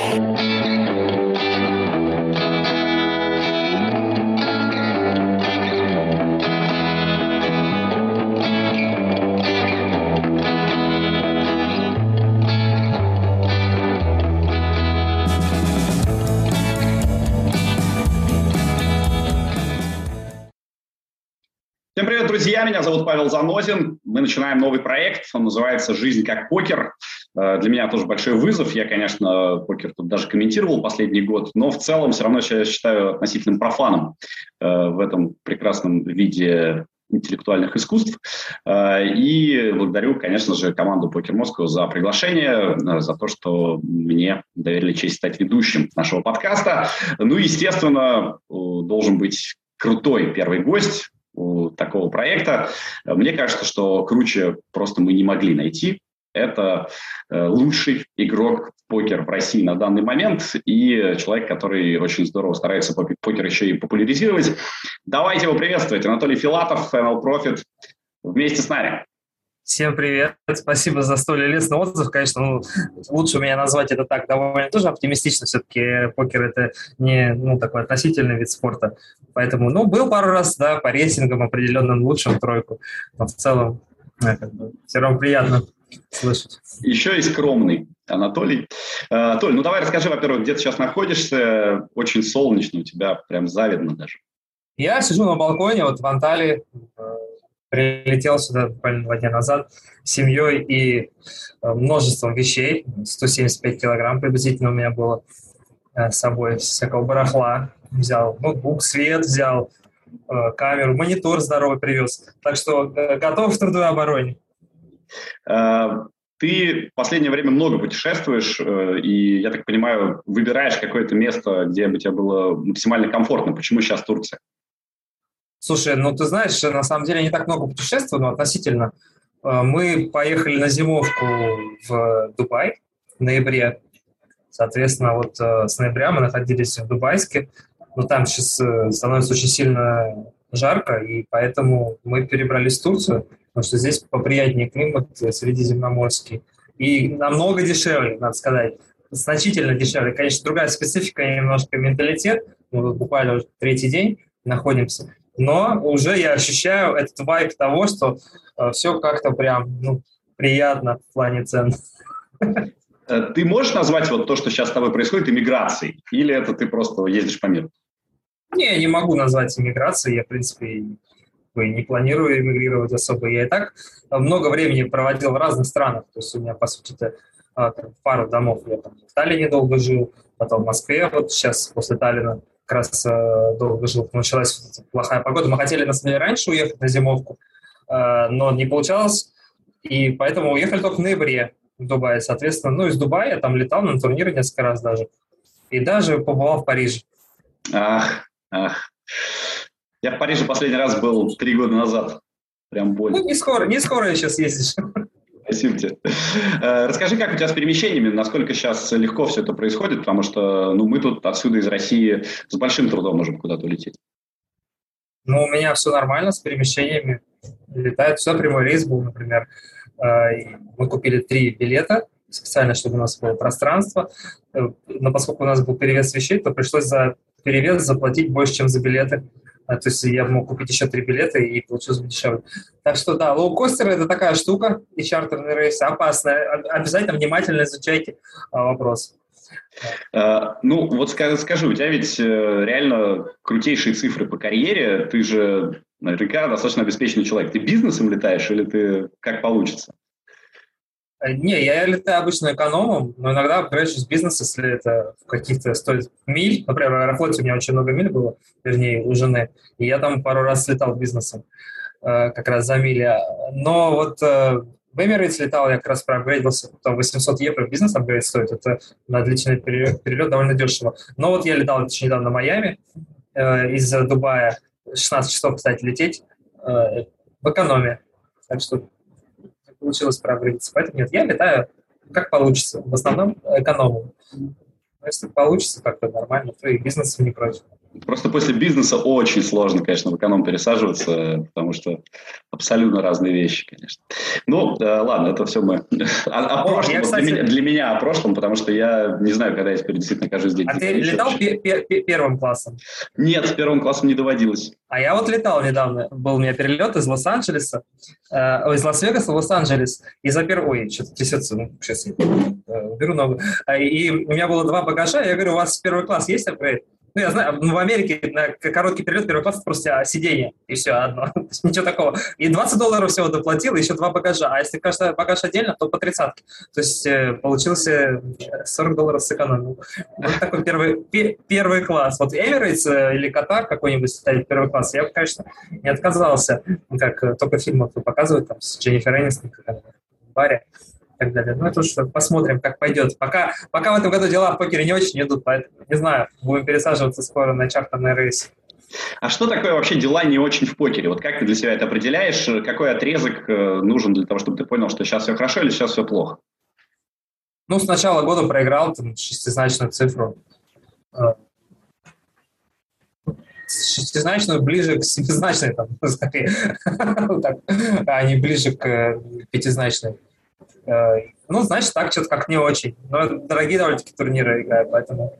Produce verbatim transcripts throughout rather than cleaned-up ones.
Всем привет, друзья! Меня зовут Павел Занозин. Мы начинаем новый проект. Он называется «Жизнь как покер». Для меня тоже большой вызов. Я, конечно, покер тут даже комментировал последний год, но в целом все равно я считаю относительным профаном в этом прекрасном виде интеллектуальных искусств. И благодарю, конечно же, команду Poker Moscow за приглашение, за то, что мне доверили честь стать ведущим нашего подкаста. Ну и, естественно, должен быть крутой первый гость у такого проекта. Мне кажется, что круче просто мы не могли найти. Это лучший игрок в покер в России на данный момент и человек, который очень здорово старается покер еще и популяризировать. Давайте его приветствовать. Анатолий Филатов, эм эл Profit, вместе с нами. Всем привет. Спасибо за столь лестный отзыв. Конечно, ну, лучше меня назвать это так довольно тоже оптимистично. Все-таки покер – это не ну, такой относительный вид спорта. Поэтому, ну, был пару раз, да, по рейтингам определенным лучшим тройку. Но в целом, да, как бы, все равно приятно слышать. Еще и скромный Анатолий. А, Толь, ну давай расскажи, во-первых, где ты сейчас находишься. Очень солнечно у тебя, прям завидно даже. Я сижу на балконе вот в Анталии. Прилетел сюда буквально два дня назад с семьей и множеством вещей. сто семьдесят пять килограмм приблизительно у меня было с собой, всякого барахла. Взял ноутбук, свет взял, камеру, монитор здоровый привез. Так что готов к трудовой обороне. Ты в последнее время много путешествуешь, и, я так понимаю, выбираешь какое-то место, где бы тебе было максимально комфортно. Почему сейчас Турция? Слушай, ну ты знаешь, на самом деле не так много путешествую, но относительно. Мы поехали на зимовку в Дубай в ноябре. Соответственно, вот с ноября мы находились в Дубайске, но там сейчас становится очень сильно жарко, и поэтому мы перебрались в Турцию, потому что здесь поприятнее климат средиземноморский. И намного дешевле, надо сказать. Значительно дешевле. Конечно, другая специфика, немножко менталитет. Мы тут буквально уже третий день находимся. Но уже я ощущаю этот вайб того, что э, все как-то прям ну, приятно в плане цен. Ты можешь назвать вот то, что сейчас с тобой происходит, иммиграцией? Или это ты просто ездишь по миру? Не, не могу назвать иммиграцией. Я, в принципе, не планирую эмигрировать особо. Я и так много времени проводил в разных странах. То есть у меня, по сути, пару домов. Я там в Таллине долго жил, потом в Москве. Вот сейчас после Таллина как раз э, долго жил, началась плохая погода. Мы хотели, на самом деле, раньше уехать на зимовку, э, но не получалось, и поэтому уехали только в ноябре в Дубай. Соответственно, ну, из Дубая я там летал на турниры несколько раз даже, и даже побывал в Париже. Ах, ах. Я в Париже последний раз был три года назад. Прям больно. Ну, не скоро, не скоро я сейчас ездишь. Спасибо тебе. Расскажи, как у тебя с перемещениями, насколько сейчас легко все это происходит, потому что ну, мы тут отсюда из России с большим трудом можем куда-то улететь. Ну, у меня все нормально с перемещениями. Летает все, прямой рейс был, например. Мы купили три билета специально, чтобы у нас было пространство. Но поскольку у нас был перевес вещей, то пришлось за перевес заплатить больше, чем за билеты. То есть я мог купить еще три билета и получилось бы дешевле. Так что да, лоукостеры – это такая штука, и чартерные рейсы опасная. Обязательно внимательно изучайте вопрос. Uh, ну, вот скажи, скажи, у тебя ведь uh, реально крутейшие цифры по карьере. Ты же наверняка достаточно обеспеченный человек. Ты бизнесом летаешь или ты как получится? Не, я летаю обычно экономом, но иногда апгрейджусь с бизнеса, если это в каких-то стоит миль. Например, в Аэрофлоте у меня очень много миль было, вернее, у жены, и я там пару раз летал бизнесом, как раз за мили. Но вот в Emirates летал, я как раз проапгрейдился, там восемьсот евро бизнес-апгрейд стоит, это на длительный перелет, перелет довольно дешево. Но вот я летал очень недавно в Майами, из Дубая, шестнадцать часов, кстати, лететь в экономе, так что получилось проапгрейдиться. Поэтому нет, я летаю как получится, в основном экономом. Но если получится как-то нормально, то и бизнесом не против. Просто после бизнеса очень сложно, конечно, в эконом пересаживаться, потому что абсолютно разные вещи, конечно. Ну, э, ладно, это все мы о, о прошлом. Я, Вот кстати... для, меня, для меня о прошлом, потому что я не знаю, когда я теперь действительно каждый день. А ты летал пе- пе- первым классом? Нет, с первым классом не доводилось. А я вот летал недавно. Был у меня перелет из Лос-Анджелеса, э, из Лас-Вегаса в Лос-Анджелес. И за первый... Ой, что-то трясется. Ну, сейчас я э, беру ногу. И у меня было два багажа. Я говорю, у вас первый класс есть апгрейд? Ну, я знаю, в Америке на короткий перелет первый класс просто сиденье, и все, одно. Ничего такого. И двадцать долларов всего доплатил, и еще два багажа. А если каждый багаж отдельно, то по тридцатке. То есть э, получился сорок долларов сэкономил. Вот такой первый, пе- первый класс. Вот Emirates э, или Катар какой-нибудь ставить первый класс, я бы, конечно, не отказался. Как э, только в фильмах показывают, там, с Дженнифер Энистон в баре. И так далее. Ну, это уж посмотрим, как пойдет. Пока, пока в этом году дела в покере не очень идут, поэтому, не знаю, будем пересаживаться скоро на чартерный рейс. А что такое вообще дела не очень в покере? Вот как ты для себя это определяешь? Какой отрезок нужен для того, чтобы ты понял, что сейчас все хорошо или сейчас все плохо? Ну, с начала года проиграл там шестизначную цифру. Шестизначную ближе к семизначной, там, скорее, а не ближе к пятизначной. Ну, значит, так, что-то как не очень. Но дорогие довольно-таки турниры играю, поэтому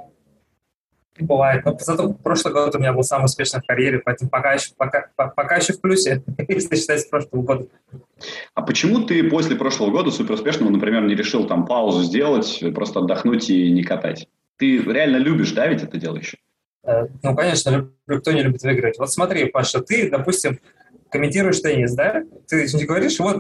бывает. Но зато прошлый год у меня был самый успешный в карьере, поэтому пока еще, пока, пока еще в плюсе, если считать с прошлого года. А почему ты после прошлого года супер успешного, например, не решил там паузу сделать, просто отдохнуть и не катать? Ты реально любишь, да, ведь это дело еще? Ну, конечно, люблю. Кто не любит выиграть? Вот смотри, Паша, ты, допустим, комментируешь теннис, да? Ты не говоришь, вот...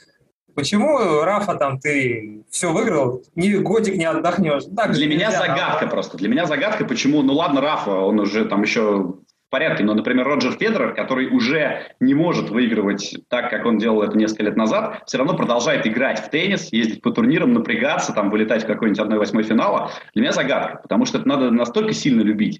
Почему, Рафа, там, ты все выиграл, ни годик не отдохнешь? Так для меня нельзя, загадка а... просто. Для меня загадка, почему, ну ладно, Рафа, он уже там еще в порядке, но, например, Роджер Федерер, который уже не может выигрывать так, как он делал это несколько лет назад, все равно продолжает играть в теннис, ездить по турнирам, напрягаться, там, вылетать в какой-нибудь одна восьмой финала. Для меня загадка, потому что это надо настолько сильно любить,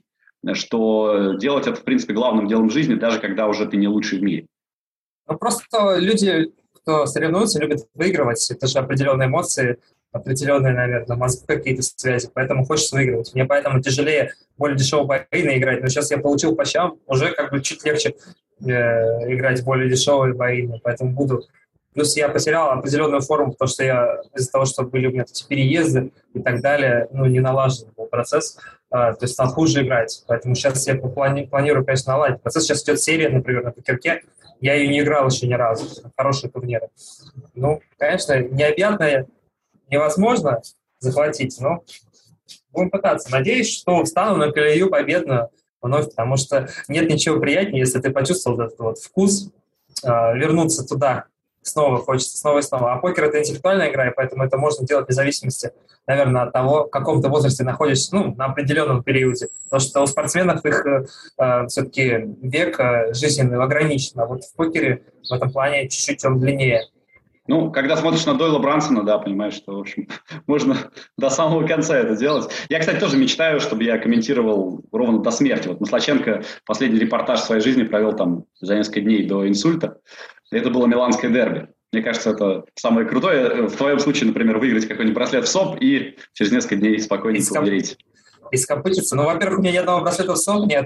что делать это, в принципе, главным делом в жизни, даже когда уже ты не лучший в мире. Ну, просто люди... кто соревнуется, любит выигрывать. Это же определенные эмоции, определенные, наверное, мозг какие-то связи, поэтому хочется выигрывать. Мне поэтому тяжелее более дешевые бои играть, но сейчас я получил по щам, уже как бы чуть легче э, играть более дешевые бои, поэтому буду. Плюс я потерял определенную форму, потому что я из-за того, что были у меня эти переезды и так далее, ну, не налажен был процесс, а, то есть стал хуже играть. Поэтому сейчас я плани- планирую, конечно, наладить процесс. Сейчас идет серия, например, на покерке. Я ее не играл еще ни разу. Хорошие турниры. Ну, конечно, необъятное невозможно захватить, но будем пытаться. Надеюсь, что встану на колею победную вновь, потому что нет ничего приятнее, если ты почувствовал этот вот вкус, э, вернуться туда снова хочется, снова и снова. А покер — это интеллектуальная игра, и поэтому это можно делать вне зависимости, наверное, от того, в каком ты возрасте находишься, ну, на определенном периоде. Потому что у спортсменов их э, все-таки век э, жизненный ограничен, а вот в покере в этом плане чуть-чуть он длиннее. Ну, когда смотришь на Дойла Брансона, да, понимаешь, что, в общем, можно до самого конца это делать. Я, кстати, тоже мечтаю, чтобы я комментировал ровно до смерти. Вот Маслаченко последний репортаж в своей жизни провел там за несколько дней до инсульта. Это было миланское дерби. Мне кажется, это самое крутое. В твоем случае, например, выиграть какой-нибудь браслет в СОП и через несколько дней спокойненько умереть. И скопытиться. Ну, во-первых, у меня ни одного браслета в СОП нет.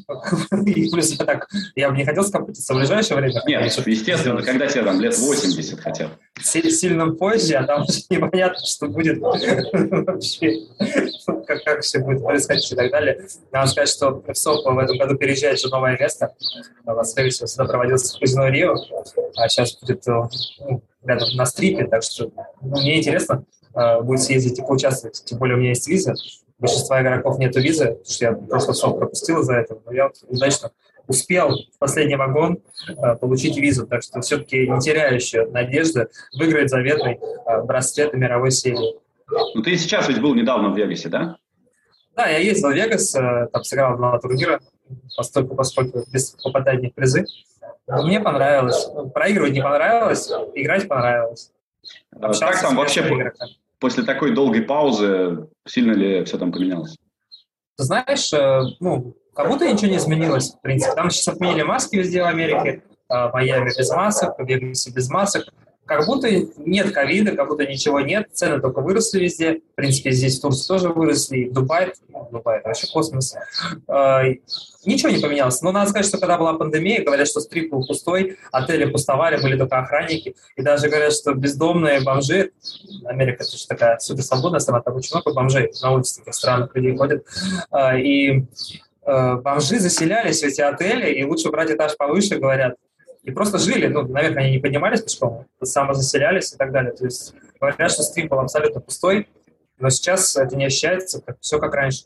И плюс я так, я бы не хотел скопытиться в ближайшее время. Нет, естественно, когда тебе там лет восемьдесят хотя бы. Сильно позже, а там уже непонятно, что будет вообще, как, как все будет происходить и так далее. Надо сказать, что в СОП в этом году переезжает же новое место. В Лас-Вегасе всегда проводился в казино Рио, а сейчас будет ну, рядом на стрипе, так что ну, мне интересно будет съездить и поучаствовать. Тем более у меня есть виза. Большинства игроков нету визы, потому что я просто СОП пропустил из-за этого, но я удачно успел в последний вагон э, получить визу, так что все-таки не теряю еще надежды выиграть заветный э, браслет мировой серии. Ну ты сейчас ведь был недавно в Вегасе, да? Да, я ездил в Вегас, э, там сыграл два турнира, поскольку, поскольку без попадания в призы. Но мне понравилось. Проигрывать не понравилось, играть понравилось. Общался как там вообще игроками. После такой долгой паузы сильно ли все там поменялось? Ты знаешь, э, ну, как будто ничего не изменилось, в принципе. Там сейчас отменили маски везде в Америке, в Майами без масок, в Вегасе без масок. как будто нет ковида, как будто ничего нет, цены только выросли везде. В принципе, здесь в Турции тоже выросли, и в Дубае, ну, Дубай, это вообще космос. Э, ничего не поменялось. Но надо сказать, что когда была пандемия, говорят, что стрит был пустой, отели пустовали, были только охранники. И даже говорят, что бездомные бомжи, Америка это же такая супер свободная страна, там очень много бомжей на улице таких странных людей ходят. Э, и э, бомжи заселялись в эти отели, и лучше брать этаж повыше, говорят. И просто жили, ну, наверное, они не поднимались пешком, самозаселялись и так далее. То есть говорят, что стрит был абсолютно пустой, но сейчас это не ощущается, как, все как раньше.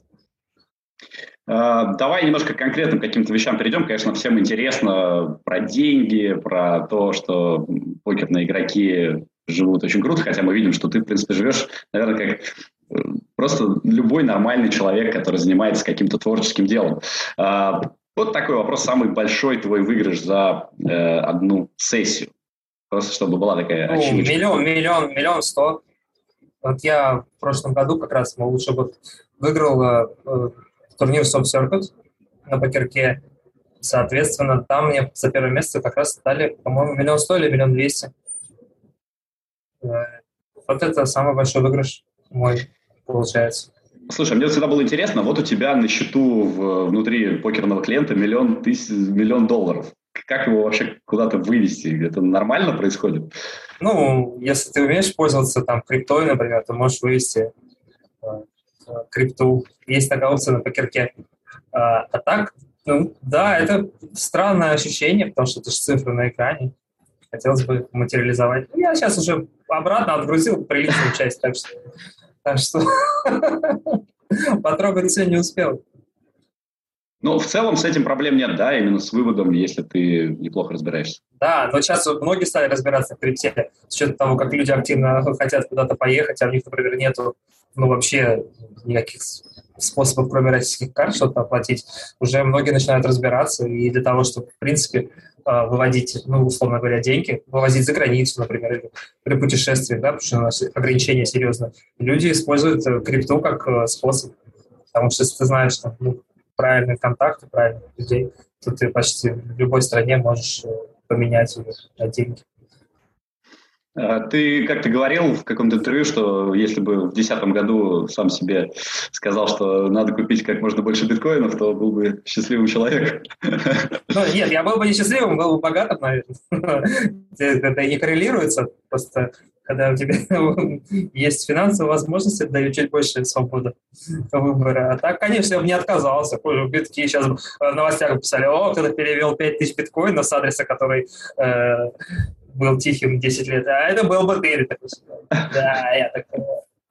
Давай немножко к конкретным каким-то вещам перейдем. Конечно, всем интересно про деньги, про то, что покерные игроки живут очень круто, хотя мы видим, что ты, в принципе, живешь, наверное, как просто любой нормальный человек, который занимается каким-то творческим делом. Вот такой вопрос. Самый большой твой выигрыш за э, одну сессию? Просто чтобы была такая ну, ачивочка. Миллион, миллион, миллион сто. Вот я в прошлом году как раз мой лучший год выиграл э, турнир Soft Circuit на покерке. Соответственно, там мне за первое место как раз дали, по-моему, миллион сто или миллион двести. Э, вот это самый большой выигрыш мой получается. Слушай, мне всегда было интересно, вот у тебя на счету в, внутри покерного клиента миллион, тысяч, миллион долларов. Как его вообще куда-то вывести? Это нормально происходит? Ну, если ты умеешь пользоваться там криптой, например, ты можешь вывести э, крипту. Есть такая опция на покерке. А, а так, ну, да, это странное ощущение, потому что это же цифры на экране. Хотелось бы материализовать. Я сейчас уже обратно отгрузил приличную часть, так что... Так что потрогать все не успел. Ну, в целом с этим проблем нет, да, именно с выводом, если ты неплохо разбираешься. Да, но сейчас многие стали разбираться в крипте, с учетом того, как люди активно хотят куда-то поехать, а у них, например, нету ну, вообще никаких способов, кроме российских карт, что-то оплатить. Уже многие начинают разбираться, и для того, чтобы, в принципе, выводить, ну, условно говоря, деньги, вывозить за границу, например, или при путешествиях, да, потому что у нас ограничения серьезные. Люди используют крипту как способ, потому что если ты знаешь, что ну, правильные контакты, правильных людей, то ты почти в любой стране можешь поменять на деньги. Ты как-то говорил в каком-то интервью, что если бы в две тысячи десятом году сам себе сказал, что надо купить как можно больше биткоинов, то был бы счастливым человеком. Ну, нет, я был бы не счастливым, был бы богатым, наверное. Это и не коррелируется. Просто когда у тебя есть финансовые возможности, дают чуть больше свободы выбора. А так, конечно, я бы не отказался. Битки сейчас в новостях писали, о, кто-то перевел пять тысяч биткоинов с адреса, который... был тихим десять лет, а это был бы ты. Да, я такой.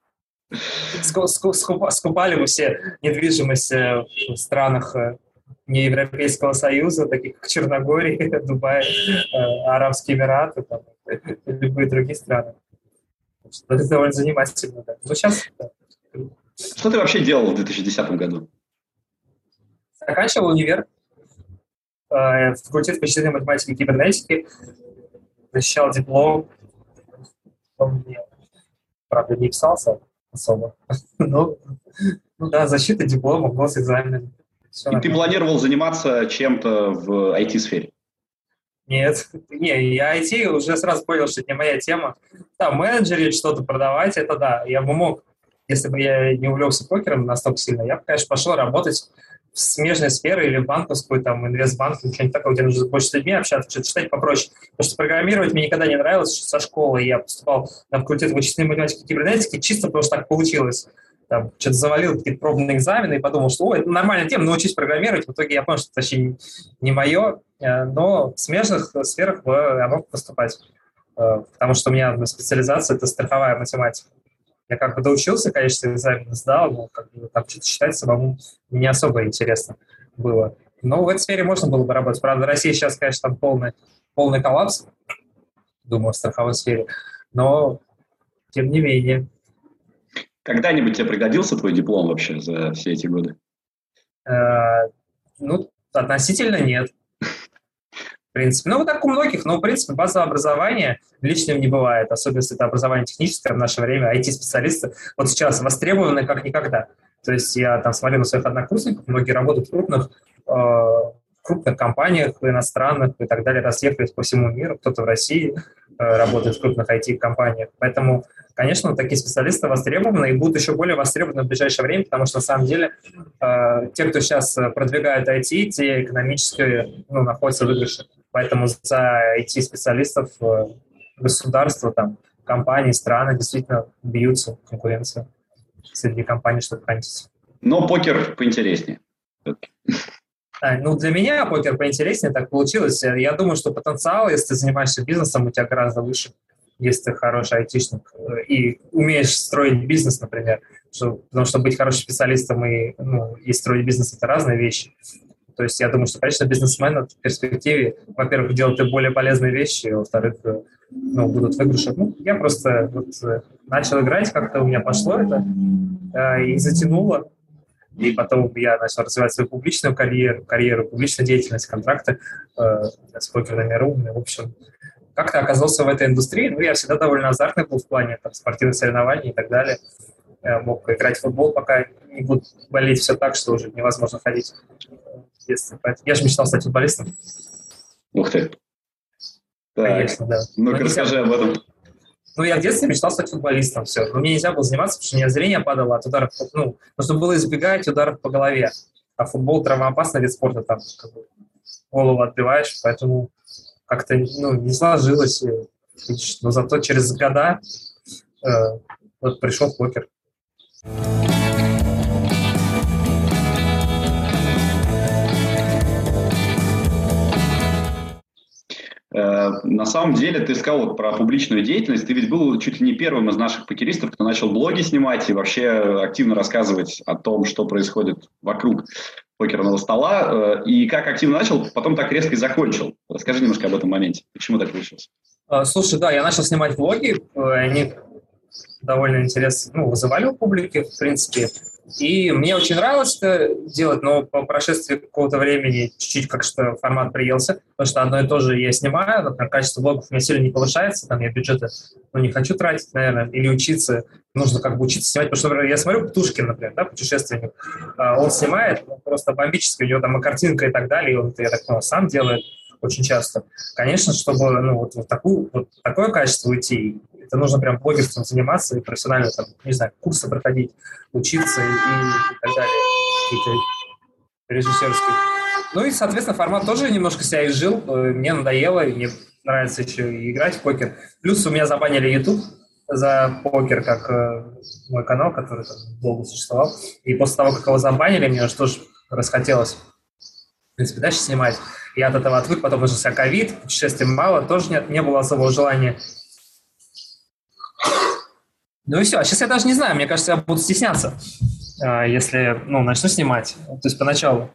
Скупали бы все недвижимость в странах неевропейского союза, таких как Черногория, Дубай, Арабские Эмираты, там, любые другие страны. Это довольно занимательно. Да. Но сейчас... Да. Что ты вообще делал в две тысячи десятом году? Заканчивал универ, факультет вычислительной математики и кибернетики, защищал диплом. Он мне, правда, не писался особо. ну, ну да, защита диплома, госэкзамен. Все И нормально. Ты планировал заниматься чем-то в ай ти-сфере? Нет, не, я ай ти уже сразу понял, что это не моя тема. Да, менеджерить, что-то продавать, это да. Я бы мог, если бы я не увлекся покером настолько сильно, я бы, конечно, пошел работать в смежной сфере или в банковскую, там, инвестбанк, что-нибудь такое, где нужно больше с людьми общаться, что-то читать попроще. Потому что программировать мне никогда не нравилось со школы. Я поступал на факультет вычислительной математики и кибернетики чисто потому что так получилось. Там, что-то завалил какие-то пробные экзамены и подумал, что ой, это нормальная тема, научись программировать. В итоге я понял, что это вообще не мое, но в смежных сферах я мог поступать. Потому что у меня специализация – это страховая математика. Я как бы доучился, конечно, экзамен сдал, но как бы, там что-то считать самому не особо интересно было. Но в этой сфере можно было бы работать. Правда, в России сейчас, конечно, там полный, полный коллапс, думаю, в страховой сфере. Но, тем не менее. Когда-нибудь тебе пригодился твой диплом вообще за все эти годы? Э, ну, относительно нет. В принципе. Ну, вот так у многих, но, в принципе, базовое образование лишним не бывает, особенно если это образование техническое в наше время, ай ти-специалисты вот сейчас востребованы как никогда. То есть я там смотрю на своих однокурсников, многие работают в крупных э, крупных компаниях иностранных и так далее, разъехались по всему миру, кто-то в России работает в крупных ай ти-компаниях. Поэтому, конечно, такие специалисты востребованы и будут еще более востребованы в ближайшее время, потому что, на самом деле, те, кто сейчас продвигает ай ти, те экономически ну, находятся в выигрыше. Поэтому за ай ти-специалистов государства, там, компании, страны действительно бьются в конкуренции среди компаний, чтобы хантить. Но покер поинтереснее. А, ну, для меня покер поинтереснее, так получилось. Я думаю, что потенциал, если ты занимаешься бизнесом, у тебя гораздо выше, если ты хороший айтишник и умеешь строить бизнес, например. Что, потому что быть хорошим специалистом и, ну, и строить бизнес – это разные вещи. То есть я думаю, что, конечно, бизнесмены в перспективе, во-первых, делают более полезные вещи, а во-вторых, ну, будут выигрыши. Ну, я просто вот начал играть, как-то у меня пошло это э, и затянуло. И потом я начал развивать свою публичную карьеру, карьеру публичную деятельность, контракты э, с покерными румами. В общем, как-то оказался в этой индустрии. Ну, я всегда довольно азартный был в плане там, спортивных соревнований и так далее. Я мог играть в футбол, пока не буду болеть все так, что уже невозможно ходить в детстве. Я же мечтал стать футболистом. Ух ты. Так. Конечно, да. Ну-ка, расскажи об этом. Ну, я в детстве мечтал стать футболистом, все. Но мне нельзя было заниматься, потому что у меня зрение падало от ударов. Ну, нужно было избегать ударов по голове. А футбол – травмоопасный вид спорта, там как бы, голову отбиваешь, поэтому как-то ну, не сложилось. Но зато через года э, вот пришел покер. На самом деле, ты сказал вот про публичную деятельность. Ты ведь был чуть ли не первым из наших покеристов, кто начал блоги снимать и вообще активно рассказывать о том, что происходит вокруг покерного стола. И как активно начал, потом так резко и закончил. Расскажи немножко об этом моменте. Почему так получилось? Слушай, да, я начал снимать блоги. Они довольно интересно, ну, вызывали у публики, в принципе. И мне очень нравилось это делать, но по прошествии какого-то времени чуть-чуть как что формат приелся, потому что одно и то же я снимаю, например, качество блогов у меня сильно не повышается, там я бюджеты ну, не хочу тратить, наверное, или учиться, нужно как бы учиться снимать, потому что, например, я смотрю Птушкин, например, да, путешественник, он снимает, он просто бомбически, у него там и картинка и так далее, и он, я так понимаю, сам делает очень часто. Конечно, чтобы ну, вот, вот, такую, вот такое качество уйти, это нужно прям блогерством заниматься и профессионально, там, не знаю, курсы проходить, учиться и, и так далее, какие-то режиссерские. Ну и, соответственно, формат тоже немножко себя изжил, мне надоело, и мне нравится еще и играть в покер. Плюс у меня забанили YouTube за покер, как э, мой канал, который там долго существовал. И после того, как его забанили, мне уже тоже расхотелось, в принципе, дальше снимать. Я от этого отвык, потом начался ковид, путешествий мало, тоже не, не было особого желания. Ну и все. А сейчас я даже не знаю, мне кажется, я буду стесняться, если ну, начну снимать. То есть поначалу.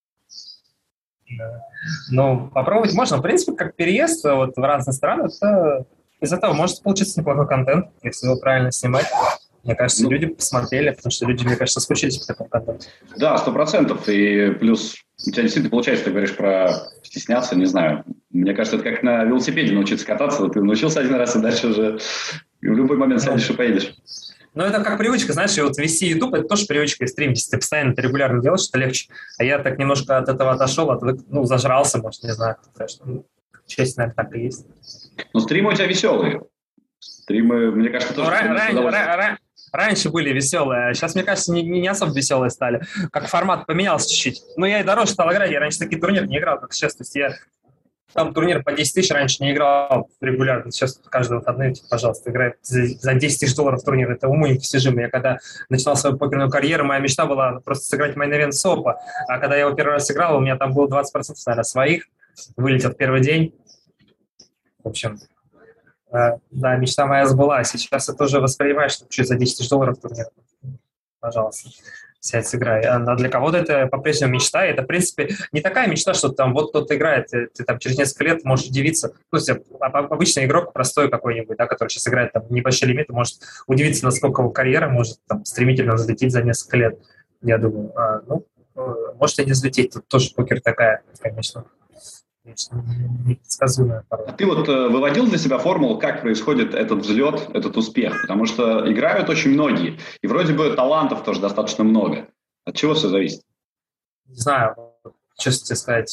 Но попробовать можно. В принципе, как переезд вот, в разные страны, это, из этого может получиться неплохой контент, если его правильно снимать. Мне кажется, ну, люди посмотрели, потому что люди, мне кажется, скучились по такому контенту. Да, сто процентов. И плюс у тебя действительно получается, ты говоришь про стесняться, не знаю. Мне кажется, это как на велосипеде научиться кататься. Ты научился один раз, и дальше уже в любой момент сядешь и поедешь. Ну, это как привычка, знаешь, и вот вести YouTube, это тоже привычка и стримить. Если ты постоянно это регулярно делаешь, это легче. А я так немножко от этого отошел, отвык, ну, зажрался, может, не знаю. Конечно, честь, наверное, так и есть. Но стримы у тебя веселые. Стримы, мне кажется, тоже... Ну, ран, ран, ран, раньше были веселые, а сейчас, мне кажется, не, не особо веселые стали. Как формат поменялся чуть-чуть. Но я и дороже стал играть, я раньше такие турниры не играл, как сейчас. То есть я там турнир по десять тысяч раньше не играл регулярно. Сейчас каждые выходные, типа, пожалуйста, играет за, за десять тысяч долларов турнир. Это уму непостижимо. Я когда начинал свою покерную карьеру, моя мечта была просто сыграть мейн-ивент СОПа. А когда я его первый раз сыграл, у меня там было двадцать процентов, наверное, своих. Вылетел в первый день. В общем... Да, мечта моя сбылась. Сейчас я тоже воспринимаю, что чуть за десять тысяч долларов турнир. Пожалуйста, сядь, сыграй. А для кого-то это по-прежнему мечта. И это, в принципе, не такая мечта, что там вот кто-то играет, ты, ты там через несколько лет можешь удивиться. Ну, обычный игрок простой какой-нибудь, да, который сейчас играет там небольшие лимиты, может удивиться, насколько его карьера может там стремительно взлететь за несколько лет, я думаю. А, ну, может и не взлететь. Тут тоже покер такая, конечно. Непредсказуемая порой. А ты вот э, выводил для себя формулу, как происходит этот взлет, этот успех? Потому что играют очень многие, и вроде бы талантов тоже достаточно много. От чего все зависит? Не знаю, честно тебе сказать.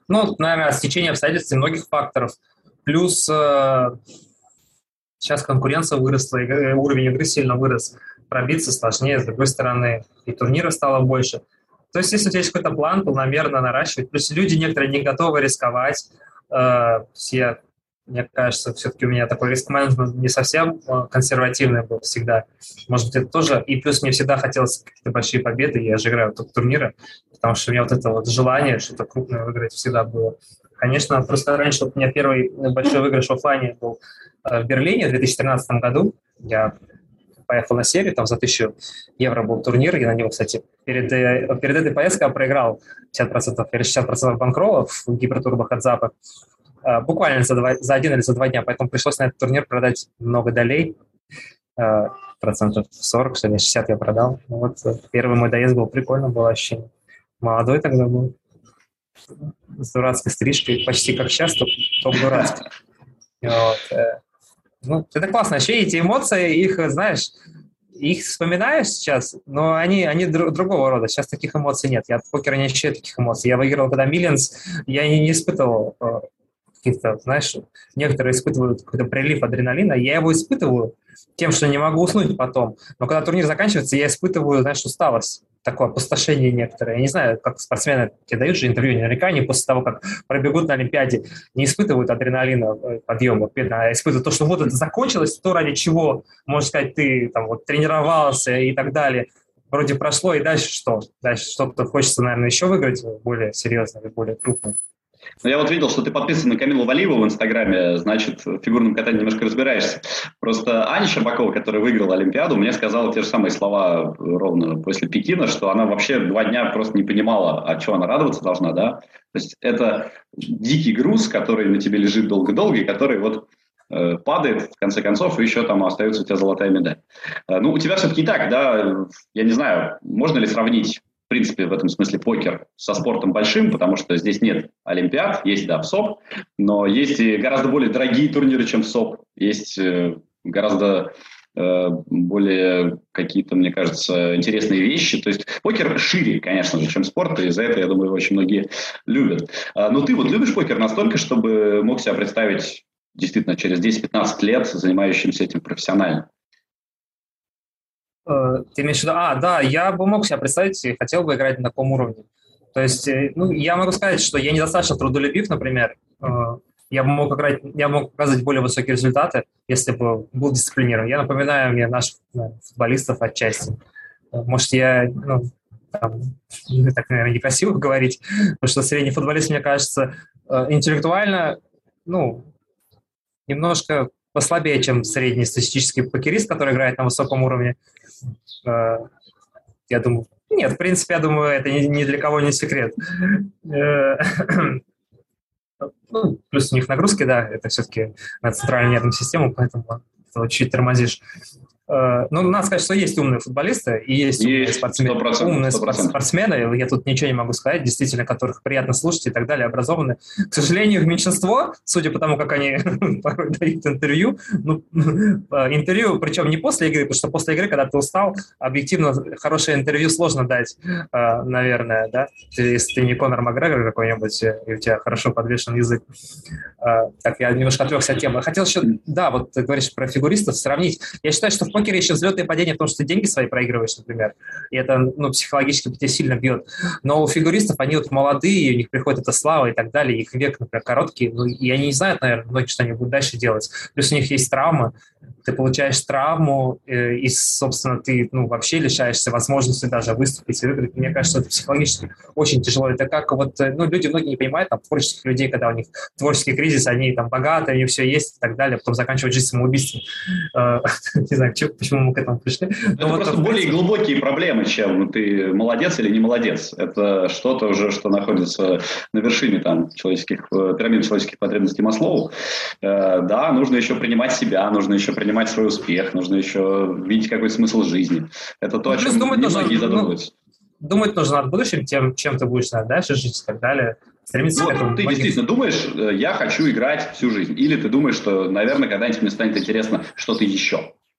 Ну, наверное, стечение обстоятельств и многих факторов. Плюс э, сейчас конкуренция выросла, и уровень игры сильно вырос. Пробиться сложнее, с другой стороны, и турниров стало больше. То есть, если у тебя есть какой-то план, планомерно наращивать. Плюс люди некоторые не готовы рисковать. Э, все, мне кажется, все-таки у меня такой риск-менеджмент не совсем консервативный был всегда. Может быть, это тоже. И плюс мне всегда хотелось какие-то большие победы. Я же играю в топ-турниры, потому что у меня вот это вот желание что-то крупное выиграть всегда было. Конечно, просто раньше вот у меня первый большой выигрыш в оффлайне был в Берлине в две тысячи тринадцатом году. Я поехал на серию, там за тысячу евро был турнир, и на него, кстати, перед, перед этой поездкой я проиграл пятьдесят процентов или шестьдесят процентов банкроллов в гипертурбо Хадзапа, буквально за, два, за один или за два дня, поэтому пришлось на этот турнир продать много долей, процентов сорок, что ли, шестьдесят я продал. Вот первый мой доезд был прикольно, было ощущение. Молодой тогда был, с дурацкой стрижкой, почти как сейчас, только, только дурацкий. Вот. Ну, это классно. Вообще эти эмоции, их, знаешь, их вспоминаешь сейчас, но они, они дру- другого рода. Сейчас таких эмоций нет. Я от покера не ощущаю таких эмоций. Я выиграл когда Миллионс, я не, не испытывал э, каких-то, знаешь, некоторые испытывают какой-то прилив адреналина. Я его испытываю тем, что не могу уснуть потом. Но когда турнир заканчивается, я испытываю, знаешь, усталость. Такое опустошение некоторое. Я не знаю, как спортсмены тебе дают же интервью, наверняка они после того, как пробегут на Олимпиаде, не испытывают адреналина, подъема, а испытывают то, что вот это закончилось, то, ради чего, можно сказать, ты там вот тренировался и так далее. Вроде прошло, и дальше что? Дальше что-то хочется, наверное, еще выиграть более серьезно или более крупно. Ну, я вот видел, что ты подписан на Камилу Валиеву в Инстаграме, значит, в фигурном катании немножко разбираешься. Просто Аня Щербакова, которая выиграла Олимпиаду, мне сказала те же самые слова ровно после Пекина, что она вообще два дня просто не понимала, а чего она радоваться должна, да? То есть это дикий груз, который на тебе лежит долго-долго, и который вот э, падает, в конце концов, и еще там остается у тебя золотая медаль. Э, ну, у тебя все-таки не так, да? Я не знаю, можно ли сравнить в принципе, в этом смысле покер со спортом большим, потому что здесь нет олимпиад, есть, да, в СОП, но есть и гораздо более дорогие турниры, чем в СОП, есть э, гораздо э, более какие-то, мне кажется, интересные вещи. То есть покер шире, конечно же, чем спорт, и за это, я думаю, его очень многие любят. А, но ты вот любишь покер настолько, чтобы мог себя представить действительно через десять-пятнадцать лет занимающимся этим профессионально? Ты имеешь в виду? А, да, я бы мог себе представить и хотел бы играть на таком уровне. То есть, ну, я могу сказать, что я недостаточно трудолюбив, например. Я бы мог играть, я мог показывать более высокие результаты, если бы был дисциплинирован. Я напоминаю мне наших футболистов отчасти. Может, я, ну, там, так, наверное, некрасиво говорить, потому что средний футболист, мне кажется, интеллектуально, ну, немножко послабее, чем средний статистический покерист, который играет на высоком уровне. Я думаю, нет, в принципе, я думаю, это ни, ни для кого не секрет. Ну, плюс у них нагрузки, да, это все-таки на центральную нервную систему, поэтому ты чуть тормозишь. Ну, надо сказать, что есть умные футболисты и есть, есть умные, спортсмены, сто процентов, умные сто процентов. спортсмены, я тут ничего не могу сказать, действительно, которых приятно слушать и так далее, образованные. К сожалению, их меньшинство, судя по тому, как они порой дают интервью, ну, интервью, причем не после игры, потому что после игры, когда ты устал, объективно хорошее интервью сложно дать, наверное, да, если ты не Конор Макгрегор какой-нибудь, и у тебя хорошо подвешен язык. Так, я немножко отвлекся от темы. Хотел еще, да, вот ты говоришь про фигуристов, сравнить. Я считаю, что в покере еще взлеты и падения, потому что ты деньги свои проигрываешь, например, и это, ну, психологически тебя сильно бьет. Но у фигуристов, они вот молодые, у них приходит эта слава и так далее, их век, например, короткий, ну, и они не знают, наверное, многие, что они будут дальше делать. Плюс у них есть травма, ты получаешь травму, э, и, собственно, ты, ну, вообще лишаешься возможности даже выступить и выиграть. Мне кажется, это психологически очень тяжело. Это как вот, ну, люди многие не понимают, там, творческих людей, когда у них творческий кризис, они там богатые, у них все есть и так далее, потом заканчивают жизнь самоубийством. Не знаю, почему мы к этому пришли. Это просто более глубокие проблемы, чем ты молодец или не молодец. Это что-то уже, что находится на вершине там человеческих, пирамиды человеческих потребностей Маслоу. Да, нужно еще принимать себя, нужно еще принимать свой успех, нужно еще видеть какой смысл жизни. Это то, ну, о чем думать нужно, многие задумываются. Ну, думать нужно над будущим, тем, чем ты будешь дальше жить и так далее. Стремиться ну, к этому. Ты многие... действительно думаешь, я хочу играть всю жизнь? Или ты думаешь, что, наверное, когда-нибудь мне станет интересно что-то еще?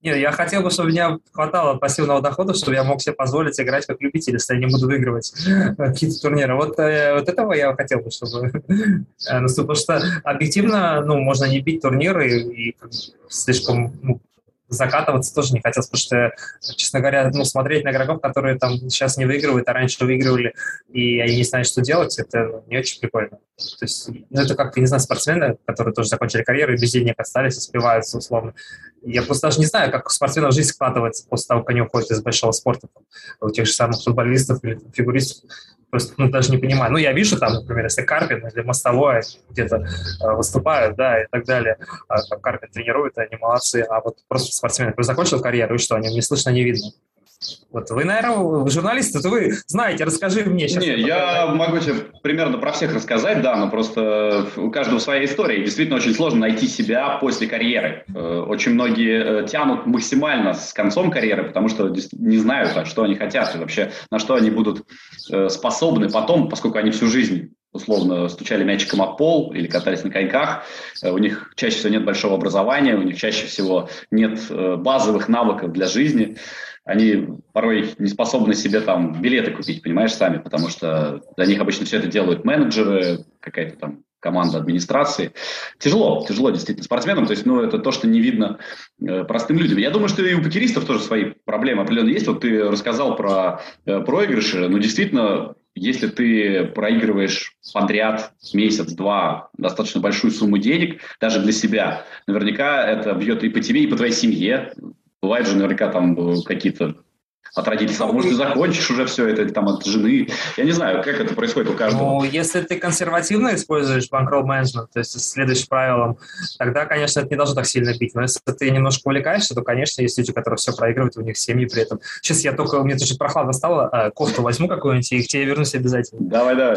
Нет, я хотел бы, чтобы у меня хватало пассивного дохода, чтобы я мог себе позволить играть как любитель, если я не буду выигрывать какие-то турниры. Вот, э, вот этого я хотел бы, чтобы э, наступило. Потому что объективно, ну, можно не бить турниры и, и слишком ну, закатываться тоже не хотелось, потому что, честно говоря, ну, смотреть на игроков, которые там сейчас не выигрывают, а раньше выигрывали, и они не знают, что делать, это ну, не очень прикольно. То есть, ну, это как, не знаю, спортсмены, которые тоже закончили карьеру и без денег остались, успеваются условно. Я просто даже не знаю, как у спортсменов жизнь складывается после того, как они уходят из большого спорта, там, у тех же самых футболистов или там, фигуристов. Просто ну, даже не понимаю. Ну, я вижу там, например, если Карпин или Мостовой где-то э, выступают, да, и так далее. А, там, Карпин тренирует, они молодцы. А вот просто спортсмены, кто закончил карьеру, и что, о нем не слышно, не видно. Вот вы, наверное, вы журналисты, то вы знаете, расскажи мне сейчас. Не, я могу тебе примерно про всех рассказать, да, но просто у каждого своя история. И действительно очень сложно найти себя после карьеры. Очень многие тянут максимально с концом карьеры, потому что не знают, что они хотят и вообще на что они будут способны потом, поскольку они всю жизнь условно стучали мячиком об пол или катались на коньках, у них чаще всего нет большого образования, у них чаще всего нет базовых навыков для жизни. Они порой не способны себе там билеты купить, понимаешь, сами, потому что для них обычно все это делают менеджеры, какая-то там команда администрации. Тяжело, тяжело действительно спортсменам, то есть, ну, это то, что не видно э, простым людям. Я думаю, что и у покеристов тоже свои проблемы определенно есть. Вот ты рассказал про э, проигрыши, но действительно, если ты проигрываешь подряд месяц-два достаточно большую сумму денег, даже для себя, наверняка это бьет и по тебе, и по твоей семье. Бывает же наверняка там какие-то от родителей, а может, ты закончишь уже все это, там от жены. Я не знаю, как это происходит у каждого. Ну, если ты консервативно используешь банкролл менеджмент, то есть следуешь правилам, тогда, конечно, это не должно так сильно бить. Но если ты немножко увлекаешься, то, конечно, есть люди, которые все проигрывают, у них семьи при этом. Сейчас я только, у меня чуть прохладно стало, а, кофту возьму какую-нибудь и к тебе вернусь обязательно. Давай, давай.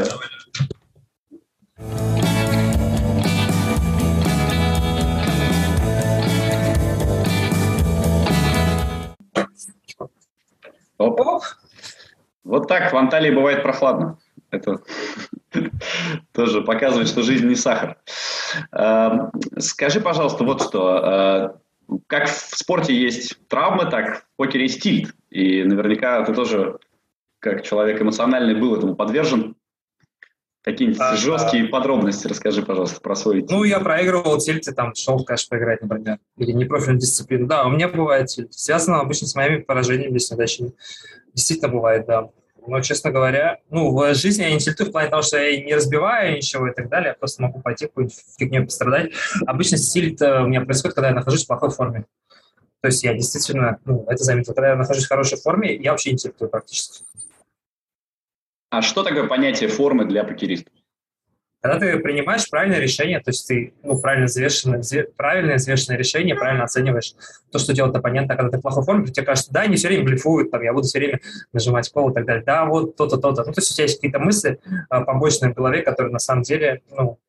Оп. Оп. Вот так в Анталии бывает прохладно. Это тоже показывает, что жизнь не сахар. Скажи, пожалуйста, вот что. Как в спорте есть травмы, так в покере есть тильт. И наверняка ты тоже, как человек эмоциональный, был этому подвержен. Какие-нибудь а, жесткие а... подробности расскажи, пожалуйста, про свой тильт. Ну, я проигрывал тильте, там, шел, конечно, поиграть, например. Или непрофильную дисциплину. Да, у меня бывает тильт. Связано обычно с моими поражениями, с неудачами. Действительно бывает, да. Но, честно говоря, ну, в жизни я не тильтую в плане того, что я не разбиваю ничего и так далее, я просто могу пойти какую-нибудь фигню пострадать. Обычно тильт у меня происходит, когда я нахожусь в плохой форме. То есть я действительно, ну, это заметил. Когда я нахожусь в хорошей форме, я вообще не тильтую практически. А что такое понятие формы для покеристов? Когда ты принимаешь правильное решение, то есть ты ну, правильно взвешенное, правильное взвешенное решение, правильно оцениваешь то, что делает оппонент, а когда ты в плохой форме, то тебе кажется, да, они все время блефуют, там, я буду все время нажимать пол и так далее, да, вот то-то, то-то. Ну, то есть у тебя есть какие-то мысли а, побочные в голове, которые на самом деле, ну,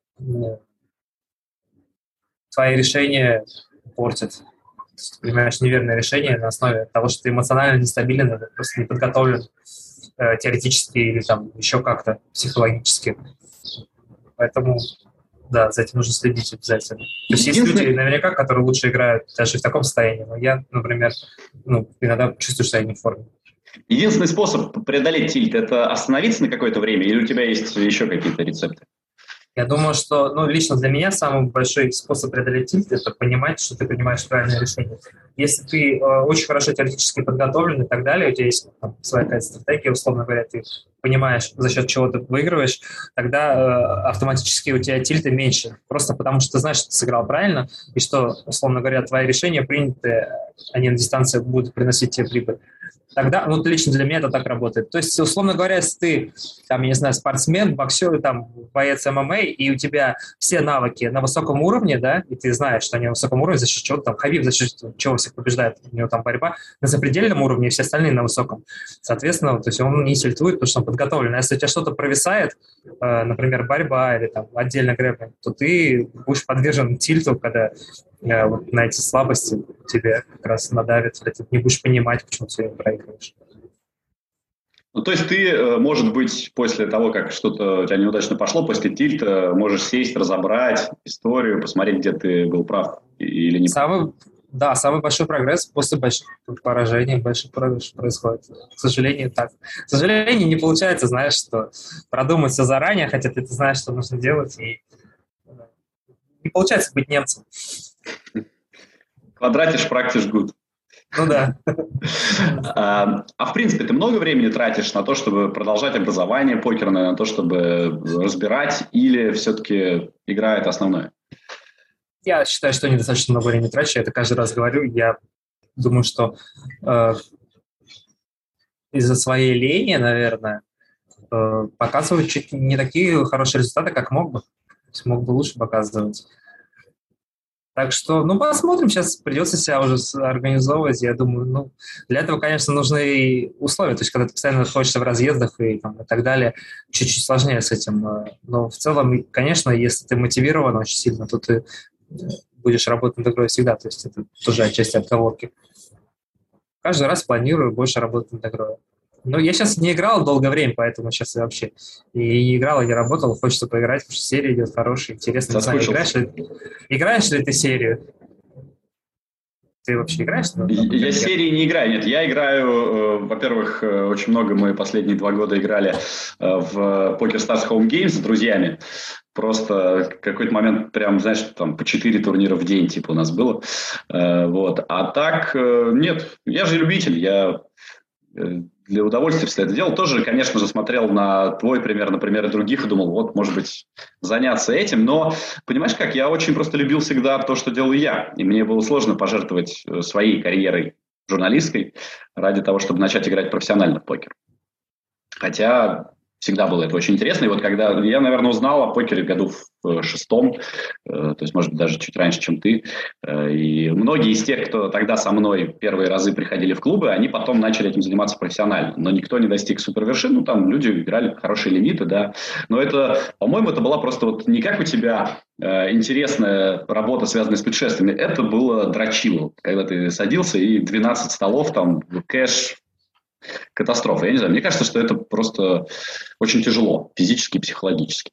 твои решения портят. То есть ты принимаешь неверное решение на основе того, что ты эмоционально нестабилен, или просто не подготовлен э, теоретически или там еще как-то психологически. Поэтому, да, за этим нужно следить обязательно. То есть есть люди, наверняка, которые лучше играют даже в таком состоянии, но я, например, ну, иногда чувствую, что я не в форме. Единственный способ преодолеть тильт – это остановиться на какое-то время, или у тебя есть еще какие-то рецепты? Я думаю, что, ну, лично для меня самый большой способ преодолеть тильт – это понимать, что ты принимаешь правильное решение. Если ты э, очень хорошо теоретически подготовлен и так далее, у тебя есть там, своя какая-то стратегия, условно говоря, ты понимаешь, за счет чего ты выигрываешь, тогда э, автоматически у тебя тильта меньше. Просто потому что ты знаешь, что ты сыграл правильно, и что, условно говоря, твои решения приняты, они на дистанции будут приносить тебе прибыль. Тогда, вот лично для меня это так работает. То есть, условно говоря, если ты, там, я не знаю, спортсмен, боксер, там, боец эм эм а, и у тебя все навыки на высоком уровне, да, и ты знаешь, что они на высоком уровне, за счет чего там Хабиб, за счет чего всех побеждает, у него там борьба на запредельном уровне, и все остальные на высоком. Соответственно, то есть он не тильтует, потому что он подготовлен. А если у тебя что-то провисает, э, например, борьба или там отдельно грэпплинг, то ты будешь подвержен тильту, когда э, вот на эти слабости тебе как раз надавит, или ты не будешь понимать, почему ты все время проигрываешь. Ну, то есть ты, может быть, после того, как что-то у тебя неудачно пошло, после тильта можешь сесть, разобрать историю, посмотреть, где ты был прав или не прав. Самый, Да, самый большой прогресс после больших поражений, большой прогресс происходит. К сожалению, так. К сожалению, не получается, знаешь, что продумать все заранее, хотя ты знаешь, что нужно делать, и не получается быть немцем. Квадратишь, практиш, гуд. Ну да. А, а в принципе, ты много времени тратишь на то, чтобы продолжать образование покерное, на то, чтобы разбирать, или все-таки игра – это основное? Я считаю, что недостаточно много времени трачу, я это каждый раз говорю. Я думаю, что э, из-за своей лени, наверное, э, показываю чуть не такие хорошие результаты, как мог бы. То есть мог бы лучше показывать. Так что, ну, посмотрим, сейчас придется себя уже организовывать, я думаю, ну, для этого, конечно, нужны условия, то есть, когда ты постоянно находишься в разъездах и, там, и так далее, чуть-чуть сложнее с этим, но в целом, конечно, если ты мотивирован очень сильно, то ты будешь работать над игрой всегда, то есть это тоже отчасти отговорки. Каждый раз планирую больше работать над игрой. Ну, я сейчас не играл долгое время, поэтому сейчас я вообще и не играл, и не работал. Хочется поиграть, потому что серия идет хорошая, интересная. Не знаю, играешь ли, играешь ли ты серию? Ты вообще играешь? Я, я серии не играю, нет. Я играю, э, во-первых, э, очень много мы последние два года играли э, в PokerStars Home Games с друзьями. Просто в какой-то момент прям, знаешь, там по четыре турнира в день типа у нас было. Э, вот. А так, э, нет, я же любитель, я... Э, для удовольствия всегда это делал. Тоже, конечно же, смотрел на твой пример, на примеры других и думал, вот, может быть, заняться этим. Но, понимаешь как, я очень просто любил всегда то, что делаю я. И мне было сложно пожертвовать своей карьерой журналистской ради того, чтобы начать играть профессионально в покер. Хотя всегда было это очень интересно. И вот когда я, наверное, узнал о покере году в шестом, э, то есть, может быть, даже чуть раньше, чем ты, э, и многие из тех, кто тогда со мной первые разы приходили в клубы, они потом начали этим заниматься профессионально. Но никто не достиг супервершин, ну, там люди играли хорошие лимиты, да. Но это, по-моему, это была просто вот не как у тебя э, интересная работа, связанная с путешествиями, это было дрочило, когда ты садился и двенадцать столов, там, кэш, катастрофа. Я не знаю, мне кажется, что это просто очень тяжело, физически и психологически.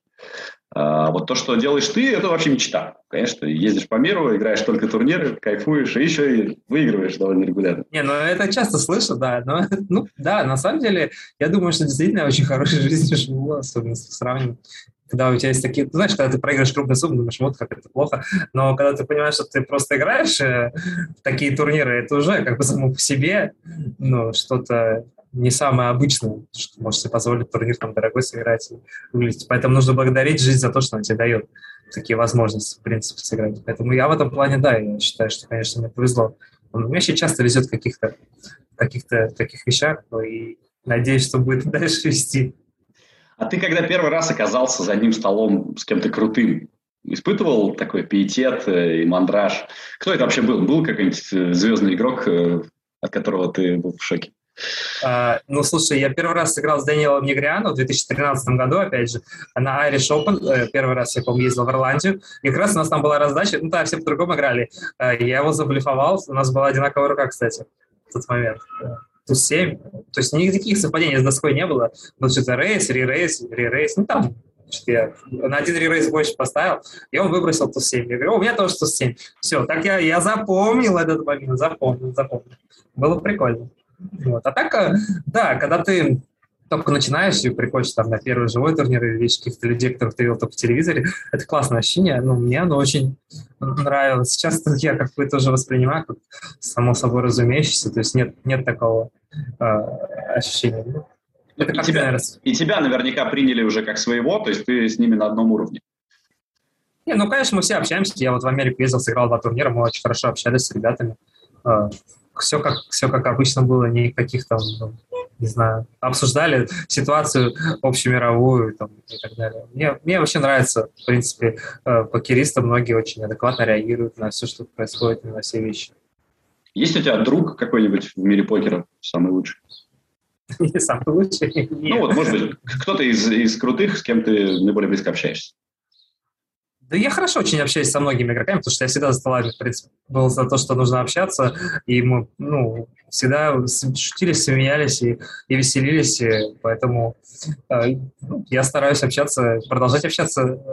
А вот то, что делаешь ты, это вообще мечта. Конечно, ездишь по миру, играешь только турниры, кайфуешь, и еще и выигрываешь довольно регулярно. Не, ну это часто слышу, да. Но, ну, да, на самом деле, я думаю, что действительно я очень хорошей жизнью живу, особенно сравнивать. Когда у тебя есть такие... Ты знаешь, когда ты проиграешь крупную сумму, думаешь, вот как это плохо. Но когда ты понимаешь, что ты просто играешь э, в такие турниры, это уже как бы само по себе ну, что-то не самое обычное, что можешь себе позволить турнир там дорогой сыграть и выглядеть. Поэтому нужно благодарить жизнь за то, что она тебе дает такие возможности, в принципе, сыграть. Поэтому я в этом плане, да, я считаю, что, конечно, мне повезло. Мне еще часто везет в каких-то, каких-то таких вещах, и надеюсь, что будет дальше вести. А ты, когда первый раз оказался за одним столом с кем-то крутым, испытывал такой пиетет и мандраж? Кто это вообще был? Был какой-нибудь звездный игрок, от которого ты был в шоке? Uh, ну, слушай, я первый раз сыграл с Даниэлом Негриано в две тысячи тринадцатом году, опять же, на Irish Open. Первый раз, я помню, ездил в Ирландию. И как раз у нас там была раздача. Ну, да, все по-другому играли. Uh, я его заблефовал. У нас была одинаковая рука, кстати, в тот момент. туз семь. То есть никаких совпадений с доской не было. Был что-то рейс, ре-рейс, ре-рейс. Ну, там я на один ререйс больше поставил, и он выбросил туз семь. Я говорю, у меня тоже туз семь. Все, так я, я запомнил этот момент, запомнил, запомнил. Было прикольно. Вот. А так, да, когда ты только начинаешь и приходишь там на первый живой турнир и видишь каких-то людей, которых ты видел только в телевизоре, это классное ощущение. Ну, мне оно очень нравилось. Сейчас я как бы тоже воспринимаю как само собой разумеющееся, то есть нет, нет такого э, ощущения. Это и, тебя, наверное... и тебя наверняка приняли уже как своего, то есть ты с ними на одном уровне. Не, ну, конечно, мы все общаемся. Я вот в Америку ездил, сыграл два турнира, мы очень хорошо общались с ребятами. Все как, все как обычно было, никаких там, не знаю, обсуждали ситуацию общемировую там, и так далее. Мне, мне вообще нравится, в принципе, покеристы, многие очень адекватно реагируют на все, что происходит, на все вещи. Есть у тебя друг какой-нибудь в мире покера самый лучший? Не самый лучший? Ну вот, может быть, кто-то из, из крутых, с кем ты наиболее близко общаешься? Да я хорошо очень общаюсь со многими игроками, потому что я всегда за столами, в принципе, был за то, что нужно общаться, и мы, ну, всегда шутили, смеялись и, и веселились, и поэтому э, я стараюсь общаться, продолжать общаться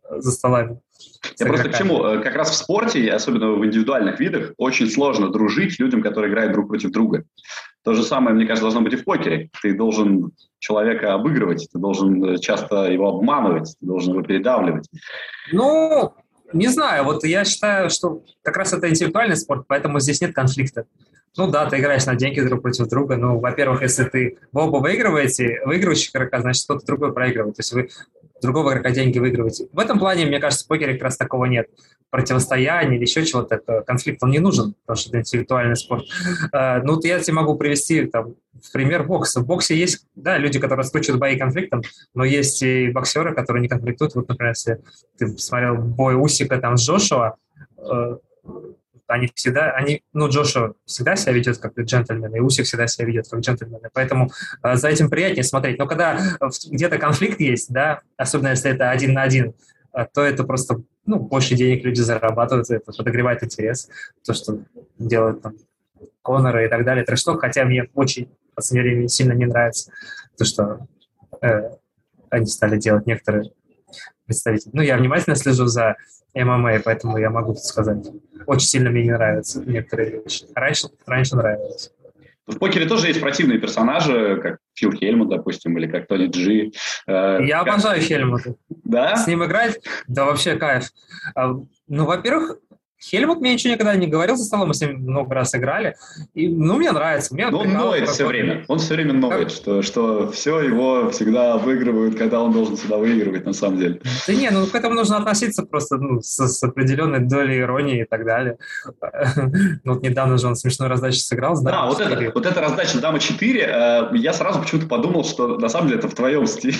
за столами. Я просто к чему? Как раз в спорте, особенно в индивидуальных видах, очень сложно дружить людям, которые играют друг против друга. То же самое, мне кажется, должно быть и в покере. Ты должен человека обыгрывать, ты должен часто его обманывать, ты должен его передавливать. Ну, не знаю. Вот я считаю, что как раз это интеллектуальный спорт, поэтому здесь нет конфликта. Ну да, ты играешь на деньги друг против друга. Ну, во-первых, если ты вы оба выигрываете, выигрывающий игрока, значит, кто-то другой проигрывает. То есть вы другого игрока деньги выигрываете. В этом плане, мне кажется, в покере как раз такого нет. Противостояния или еще чего-то. Это конфликт, он не нужен, потому что это интеллектуальный спорт. Uh, ну, вот я тебе могу привести там, в пример бокса. В боксе есть, да, люди, которые раскручивают бои конфликтом, но есть и боксеры, которые не конфликтуют. Вот, например, если ты смотрел бой Усика там с Джошуа, uh, они всегда, они, ну, Джошуа всегда себя ведет как джентльмен, и Усик всегда себя ведет как джентльмен, поэтому э, за этим приятнее смотреть. Но когда где-то конфликт есть, да, особенно если это один на один, э, то это просто, ну, больше денег люди зарабатывают, это подогревает интерес, то, что делают там Коноры и так далее, трэш-ток, хотя мне очень, в последнее время, сильно не нравится то, что э, они стали делать некоторые представители. Ну, я внимательно слежу за эм эм а, поэтому я могу сказать. Очень сильно мне не нравятся некоторые вещи. Раньше, раньше нравилось. В покере тоже есть противные персонажи, как Фил Хельмут, допустим, или как Тони Джи. Э, я как... обожаю Хельмута. Да? С ним играть, да вообще кайф. Ну, во-первых, Хельмут мне ничего никогда не говорил за столом, мы с ним много раз играли. И, ну, мне нравится. Мне Но он ноет все время. Он все время ноет, что, что все его всегда выигрывают, когда он должен всегда выигрывать, на самом деле. Да не, ну к этому нужно относиться просто ну, с, с определенной долей иронии и так далее. Ну, вот недавно же он смешную раздачу сыграл. С да, вот, это, вот эта раздача Дама четыре, я сразу почему-то подумал, что на самом деле это в твоем стиле.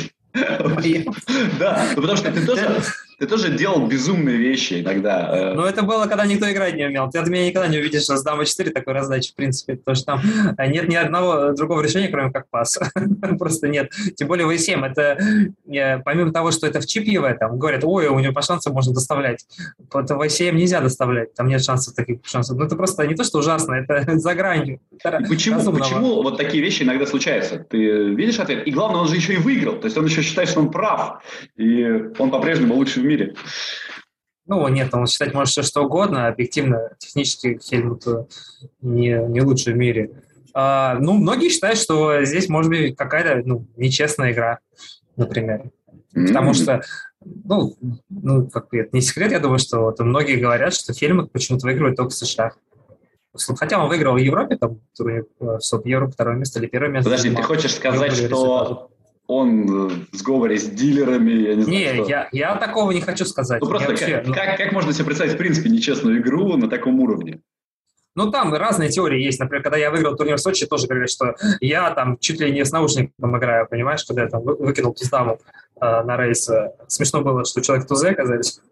Да, потому что ты тоже, ты тоже делал безумные вещи иногда. Ну, это было, когда никто играть не умел. Ты от меня никогда не увидишь с Дама четыре такой раздачи, в принципе, потому что там нет ни одного другого решения, кроме как пас. Просто нет. Тем более ви семь, это помимо того, что это в чип и ви, там говорят, ой, у него по шансам можно доставлять. Это ви семь нельзя доставлять, там нет шансов таких шансов. Ну, это просто не то, что ужасно, это за гранью. Почему, почему вот такие вещи иногда случаются? Ты видишь ответ? И главное, он же еще и выиграл. То есть он еще считает, что он прав. И он по-прежнему лучший в мире. Ну, нет, он считать может все что угодно. Объективно, технически Хельмут не, не лучший в мире. А, ну, многие считают, что здесь может быть какая-то ну, нечестная игра, например. Mm-hmm. Потому что, ну, ну, как это не секрет, я думаю, что вот, многие говорят, что Хельмут почему-то выигрывает только в США. Хотя он выиграл в Европе, там, в СОП Европы второе место или первое место. Подожди, ты хочешь сказать, что он в сговоре с дилерами? Я не знаю, не, что... я, я такого не хочу сказать. Ну, просто вообще, как, ну... как, как можно себе представить, в принципе, нечестную игру на таком уровне? Ну, там разные теории есть. Например, когда я выиграл турнир в Сочи, тоже говорили, что я там чуть ли не с наушником играю, понимаешь, когда я там выкинул туздаму э, на рейс. Смешно было, что человек тузы оказались.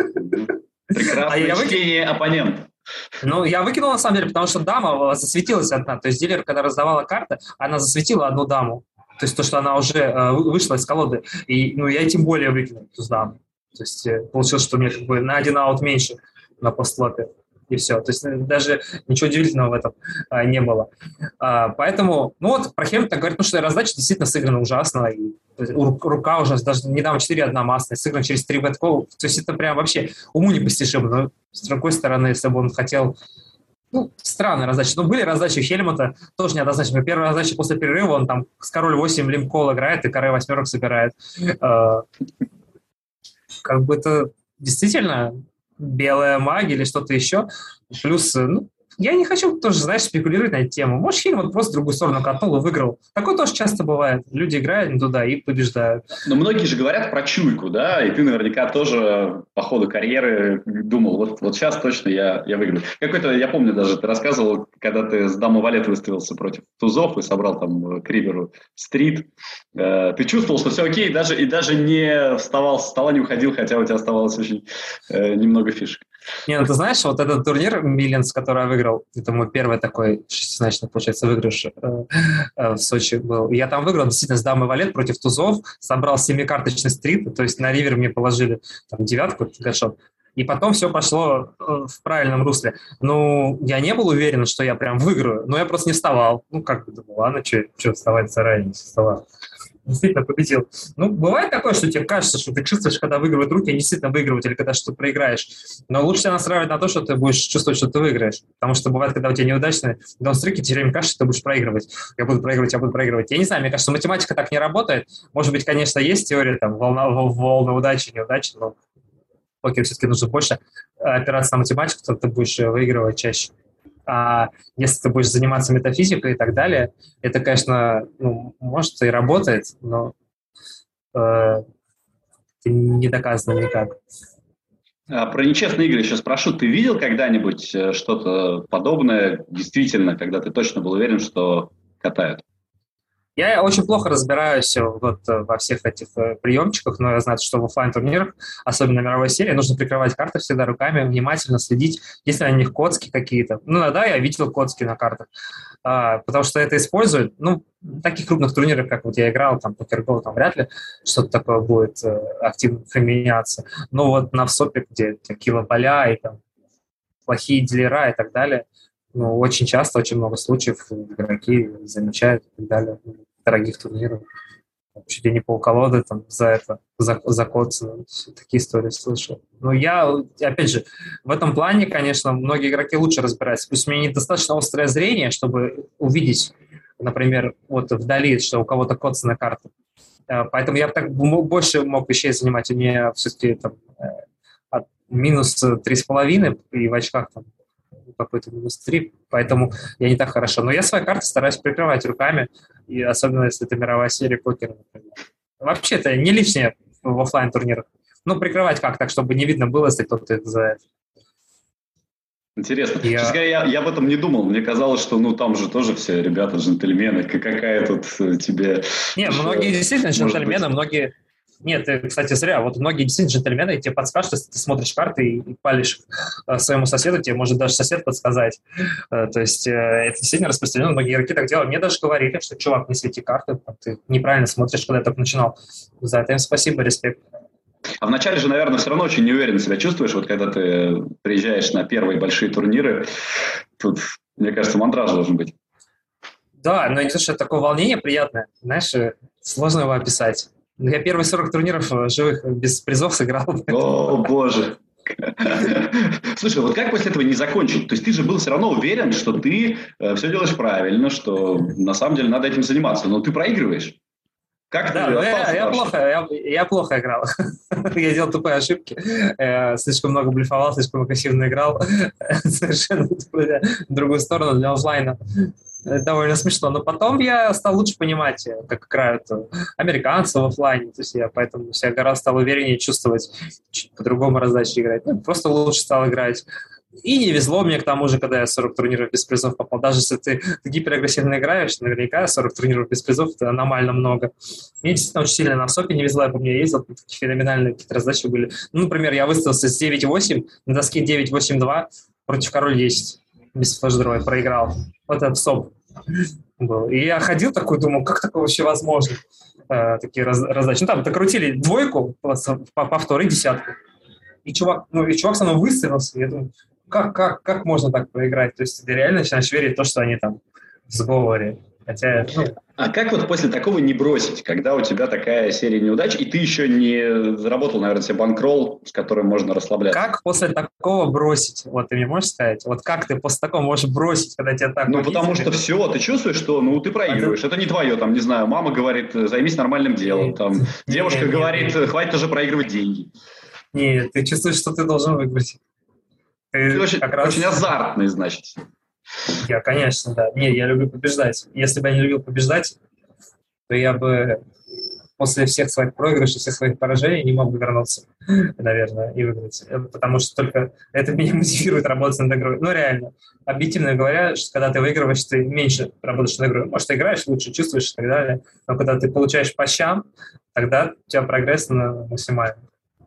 Прекрасное а чтение выкинул... оппонента. Ну, я выкинул, на самом деле, потому что дама засветилась одна. То есть дилер, когда раздавала карты, она засветила одну даму. То есть то, что она уже э, вышла из колоды. И, ну, я тем более выкинул туз даму. То есть э, получилось, что у меня как бы на один аут меньше на постлопе. И все. То есть даже ничего удивительного в этом а, не было. А, поэтому, ну вот, про Хельмута говорит, ну что раздача действительно сыграна ужасно. И, рука уже, даже недавно четыре одна масса, сыграна через три бэткола. То есть это прям вообще уму непостижимо. Но с другой стороны, если бы он хотел... Ну, странная раздача. Но были раздачи у Хельмута, тоже неоднозначно. Первая раздача после перерыва, он там с король восемь лимкол играет и король восьмерок собирает. А, как бы это действительно... белая магия или что-то еще. Плюс, ну, я не хочу тоже, знаешь, спекулировать на эту тему. Может, фильм вот просто в другую сторону катнул и выиграл. Такое тоже часто бывает. Люди играют туда и побеждают. Но многие же говорят про чуйку, да, и ты наверняка тоже по ходу карьеры думал, вот, вот сейчас точно я, я выиграю. Какой-то, я помню даже, ты рассказывал, когда ты с дамой валет выставился против тузов и собрал там к риверу стрит, э, ты чувствовал, что все окей, даже, и даже не вставал с стола, не уходил, хотя у тебя оставалось очень э, немного фишек. Не, ну ты знаешь, вот этот турнир Миллинс, который я выиграл, это мой первый такой шестизначный, получается, выигрыш э, э, в Сочи был. Я там выиграл действительно с дамой валет против тузов, собрал семикарточный стрит, то есть на ривер мне положили там девятку, гашот, и потом все пошло э, в правильном русле. Ну, я не был уверен, что я прям выиграю, но я просто не вставал. Ну, как бы думал, ладно, что вставать заранее, не вставал. действительно победил. Ну, бывает такое, что тебе кажется, что ты чувствуешь, когда выигрывают руки, они действительно выигрывают, или когда что-то проиграешь. Но лучше себя настраивать на то, что ты будешь чувствовать, что ты выиграешь. Потому что бывает, когда у тебя неудачные даунстрики, тебе все время кажется, что ты будешь проигрывать. Я буду проигрывать, я буду проигрывать. Я не знаю, мне кажется, математика так не работает. Может быть, конечно, есть теория, там, волна, волна удачи, неудачи, но в покере все-таки нужно больше опираться на математику, то ты будешь выигрывать чаще. А если ты будешь заниматься метафизикой и так далее, это, конечно, ну, может и работает, но э, это не доказано никак. А про нечестные игры еще спрошу. Ты видел когда-нибудь что-то подобное, действительно, когда ты точно был уверен, что катают? Я очень плохо разбираюсь вот во всех этих приемчиках, но я знаю, что в офлайн-турнирах, особенно на мировой серии, нужно прикрывать карты всегда руками, внимательно следить, если на них коцки какие-то. Ну, да, я видел коцки на картах, а, потому что это используют. Ну, в таких крупных турнирах, как вот я играл, там, PokerGo, там вряд ли что-то такое будет э, активно применяться. Но вот на всопе, где килополя и там плохие дилера и так далее, ну, очень часто, очень много случаев игроки замечают и так далее. Дорогих турниров. Чуть ли не полколоды там за это, за, за код. Такие истории слышал. Но я, опять же, в этом плане, конечно, многие игроки лучше разбираются. Плюс у меня недостаточно острое зрение, чтобы увидеть, например, вот вдали, что у кого-то коцанная карта. Поэтому я так больше мог вещей занимать. У меня все-таки там от минус три с половиной и в очках там какой-то минус три, поэтому я не так хорошо. Но я свои карты стараюсь прикрывать руками, и особенно если это мировая серия покера, например. Вообще это не лишнее в офлайн-турнирах. Ну, прикрывать как так, чтобы не видно было, если кто-то это называет. Интересно. Я... Честно говоря, я, я об этом не думал. Мне казалось, что ну там же тоже все ребята джентльмены. Какая тут тебе... Не, многие действительно джентльмены, многие... Нет, ты, кстати, зря. Вот многие действительно джентльмены тебе подскажут, если ты смотришь карты и, и палишь э, своему соседу, тебе может даже сосед подсказать. Э, то есть э, это действительно распространено. Многие игроки так делают. Мне даже говорили, что, чувак, не свети карты, ты неправильно смотришь, когда я только начинал. За это им спасибо, респект. А вначале же, наверное, все равно очень неуверенно себя чувствуешь, вот когда ты приезжаешь на первые большие турниры. Тут, мне кажется, мандраж должен быть. Да, но не то, что это такое волнение приятное. Знаешь, сложно его описать. Я первые сорок турниров живых без призов сыграл. О, боже. Слушай, вот как после этого не закончить? То есть ты же был все равно уверен, что ты э, все делаешь правильно, что на самом деле надо этим заниматься, но ты проигрываешь. Как да, ты я, я, плохо, я, я плохо играл. Я делал тупые ошибки. Э, слишком много блефовал, слишком агрессивно играл. Совершенно в другую сторону для офлайна. Довольно смешно. Но потом я стал лучше понимать, как играют американцы в офлайне. То есть я поэтому себя гораздо стал увереннее чувствовать, по-другому раздачи играть. Ну, просто лучше стал играть. И не везло мне к тому же, когда я сорок турниров без призов попал. Даже если ты, ты гиперагрессивно играешь, наверняка сорок турниров без призов – это аномально много. Мне действительно очень сильно на сопе не везло, я помню, я ездил, такие феноменальные какие-то раздачи были. Ну, например, я выставился с девять восемь на доске девять восемь два против король десять. Без флеш-дроя проиграл. Вот этот соп был. И я ходил такой, думал, как такое вообще возможно? Э, такие раз, раздачи. Ну, там докрутили двойку по, по, по второй десятку. И чувак, ну, и чувак со мной выставился. Я думаю, как, как, как можно так проиграть? То есть ты реально начинаешь верить в то, что они там в сговоре. Хотя, ну... А как вот после такого не бросить, когда у тебя такая серия неудач, и ты еще не заработал, наверное, себе банкролл, с которым можно расслабляться? Как после такого бросить? Вот ты мне можешь сказать? Вот как ты после такого можешь бросить, когда тебя так... Ну, убить, потому что все, ты чувствуешь, что ну ты проигрываешь. А ты... Это не твое, там, не знаю, мама говорит, займись нормальным делом. Нет, там, нет, девушка нет, говорит, нет, хватит уже проигрывать деньги. Нет, ты чувствуешь, что ты должен выиграть. Ты, ты очень, раз... очень азартный, значит. Я, конечно, да. Не, я люблю побеждать. Если бы я не любил побеждать, то я бы после всех своих проигрышей, всех своих поражений не мог бы вернуться, наверное, и выиграть. Потому что только это меня мотивирует работать над игрой. Ну, реально. Объективно говоря, что когда ты выигрываешь, ты меньше работаешь над игрой. Может, ты играешь лучше, чувствуешь и так далее. Но когда ты получаешь по щам, тогда у тебя прогресс максимальный.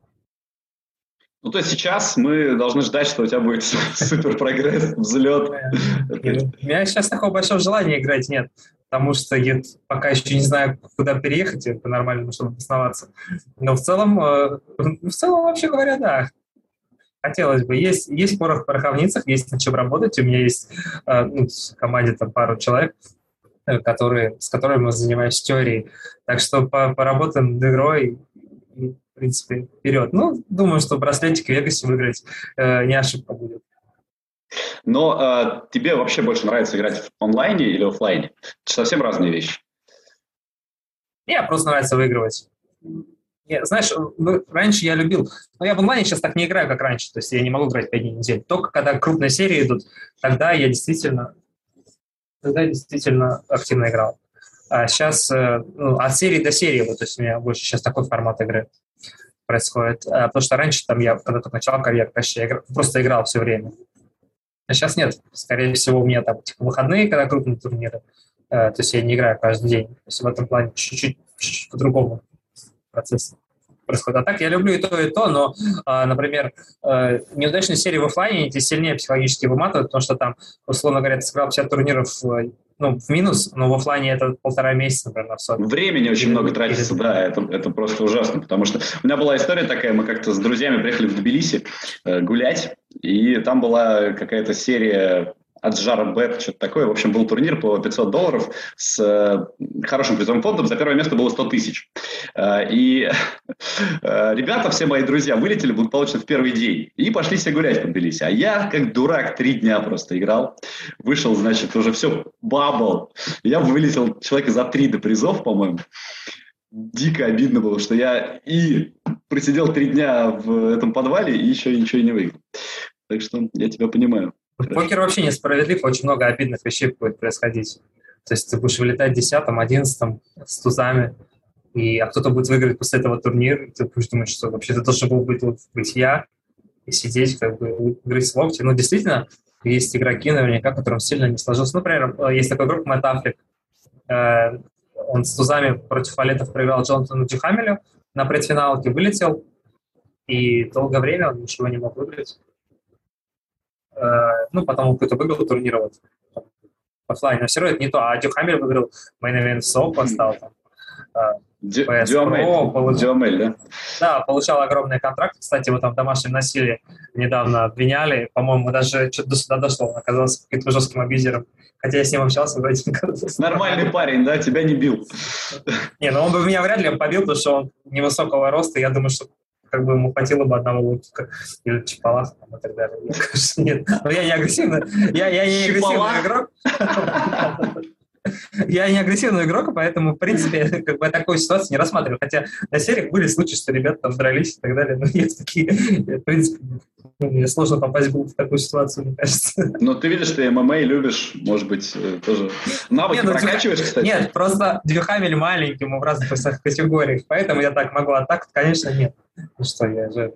Ну, то есть сейчас мы должны ждать, что у тебя будет супер прогресс, взлет. У меня сейчас такого большого желания играть нет, потому что я пока еще не знаю, куда переехать по-нормальному, чтобы обосноваться. Но в целом, в целом, вообще говоря, да. Хотелось бы. Есть, есть порох в пороховницах, есть над чем работать. У меня есть ну, в команде там пару человек, которые, с которыми мы занимаемся теорией. Так что по, поработаем над игрой и, в принципе, вперед. Ну, думаю, что браслетик в Вегасе выиграть э, не ошибка будет. Но э, тебе вообще больше нравится играть в онлайне или офлайне? Это совсем разные вещи. Мне просто нравится выигрывать. Я, знаешь, раньше я любил, но я в онлайне сейчас так не играю, как раньше, то есть я не могу играть пять дней в неделю. Только когда крупные серии идут, тогда я действительно, тогда я действительно активно играл. А сейчас ну, от серии до серии, вот, то есть у меня больше сейчас такой формат игры происходит. А, потому что раньше, там, я, когда только начал карьеру, конечно, я играл, просто играл все время. А сейчас нет. Скорее всего, у меня там типа, выходные, когда крупные турниры, а, то есть я не играю каждый день. То есть в этом плане чуть-чуть, чуть-чуть по-другому процесс происходит. А так я люблю и то, и то, но, а, например, а, неудачные серии в офлайне эти сильнее психологически выматывают, потому что там, условно говоря, ты сыграл пятьдесят турниров ну, в минус, но в офлайне это полтора месяца, например, на все. Времени очень или, много тратится, или... да, это, это просто ужасно, потому что у меня была история такая, мы как-то с друзьями приехали в Тбилиси э, гулять, и там была какая-то серия от Жара Бет, что-то такое. В общем, был турнир по пятьсот долларов с э, хорошим призовым фондом. За первое место было сто тысяч. Э, и э, ребята, все мои друзья, вылетели благополучно в первый день и пошли все гулять по Тбилиси. А я, как дурак, три дня просто играл. Вышел, значит, уже все, бабл. Я вылетел человека за три до призов, по-моему. Дико обидно было, что я и просидел три дня в этом подвале и еще ничего и не выиграл. Так что я тебя понимаю. Покер вообще несправедлив, очень много обидных вещей будет происходить. То есть ты будешь вылетать десятым, одиннадцатым с тузами, и, а кто-то будет выиграть после этого турнир, ты будешь думать, что вообще-то должен был быть, быть я, и сидеть, как бы, грызть локти. Но действительно, есть игроки, наверняка, которым сильно не сложилось. Например, есть такой игрок Мэтт Аффлек, он с тузами против валетов проиграл Джонатану Дюхамелю на предфиналке, вылетел, и долгое время он ничего не мог выиграть. Ну, потом он какой-то выиграл турнир вот, оффлайн, но все равно это не то. А Дюхамель выиграл Main Event СОПа, стал там пи эс Pro, получал, да? Да, получал огромные контракты. Кстати, его там в домашнем насилии недавно обвиняли. По-моему, даже что-то до суда дошло. Он оказался каким-то жестким абьюзером. Хотя я с ним общался, вроде не казалось. Нормальный парень, да? Тебя не бил. Не, ну он бы меня вряд ли побил, потому что он невысокого роста. Я думаю, что как бы ему хватило бы одного лука или чипалаха и так далее. Мне кажется, нет. Но я не агрессивный. Я, я не агрессивный игрок. Я не агрессивный игрок, поэтому, в принципе, как бы я такую ситуацию не рассматриваю. Хотя на сериях были случаи, что ребята там дрались и так далее. Но есть такие, в принципе, мне сложно попасть в такую ситуацию, мне кажется. Но ты видишь, ты эм эм а любишь, может быть, тоже навыки нет, прокачиваешь, кстати? Нет, просто Дюхамель маленький, мы в разных категориях, поэтому я так могу, а так, конечно, нет. Ну что, я же...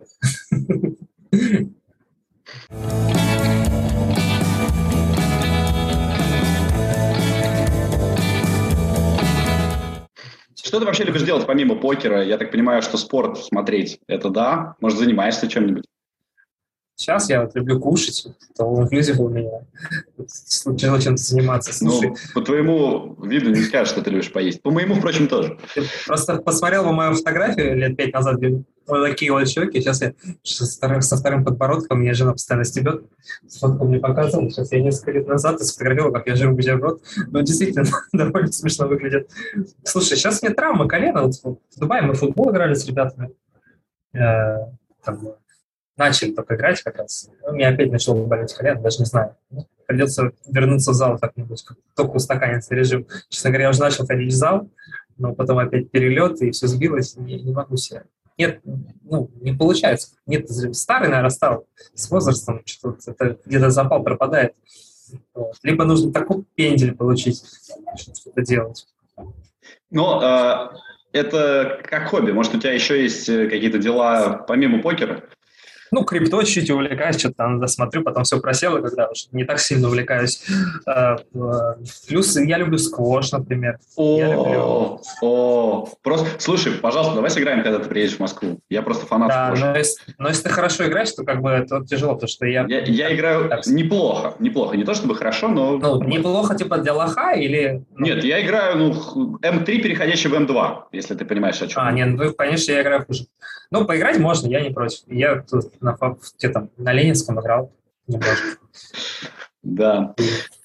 Что ты вообще любишь делать помимо покера? Я так понимаю, что спорт смотреть – это да. Может, занимаешься чем-нибудь? Сейчас я вот люблю кушать. Это all-inclusive у меня. Тяжело чем-то заниматься. Слушай, ну, по твоему виду не скажешь, что ты любишь поесть. По моему, впрочем, тоже. Ты просто посмотрел бы мою фотографию лет пять назад, где вот такие вот щеки. Сейчас я со вторым, со вторым подбородком, меня жена постоянно стебет. Фотку мне показывала. Сейчас я несколько лет назад сфотографировал, как я жру бутерброд. Но действительно, довольно смешно выглядит. Слушай, сейчас мне травма колена. Вот в Дубае мы в футбол играли с ребятами. Там, начали только играть как раз. У меня опять начало болеть колено, даже не знаю. Придется вернуться в зал как-нибудь, как только устаканится режим. Честно говоря, я уже начал ходить в зал, но потом опять перелет, и все сбилось, не, не могу себя. Нет, ну, не получается. Нет, старый, наверное, стал с возрастом, что-то это где-то запал пропадает. Вот. Либо нужно такой пендель получить, чтобы что-то делать. Ну, э, это как хобби. Может, у тебя еще есть какие-то дела помимо покера? Ну, крипто чуть-чуть увлекаюсь, что-то там смотрю, потом все просело, когда уже не так сильно увлекаюсь. Плюс я люблю сквош, например. О, я люблю... о, просто, слушай, пожалуйста, давай сыграем, когда ты приедешь в Москву. Я просто фанат да, сквоша. Но если, но если ты хорошо играешь, то как бы это тяжело, потому что я... Я, я играю так, неплохо, неплохо. Не то чтобы хорошо, но... Ну, неплохо типа для лоха или... Ну... Нет, я играю, ну, эм три, переходящий в эм два, если ты понимаешь, о чем. А, нет, ну, конечно, я играю хуже. Ну, поиграть можно, я не против. Я тут на, где там, на Ленинском играл немножко. Да.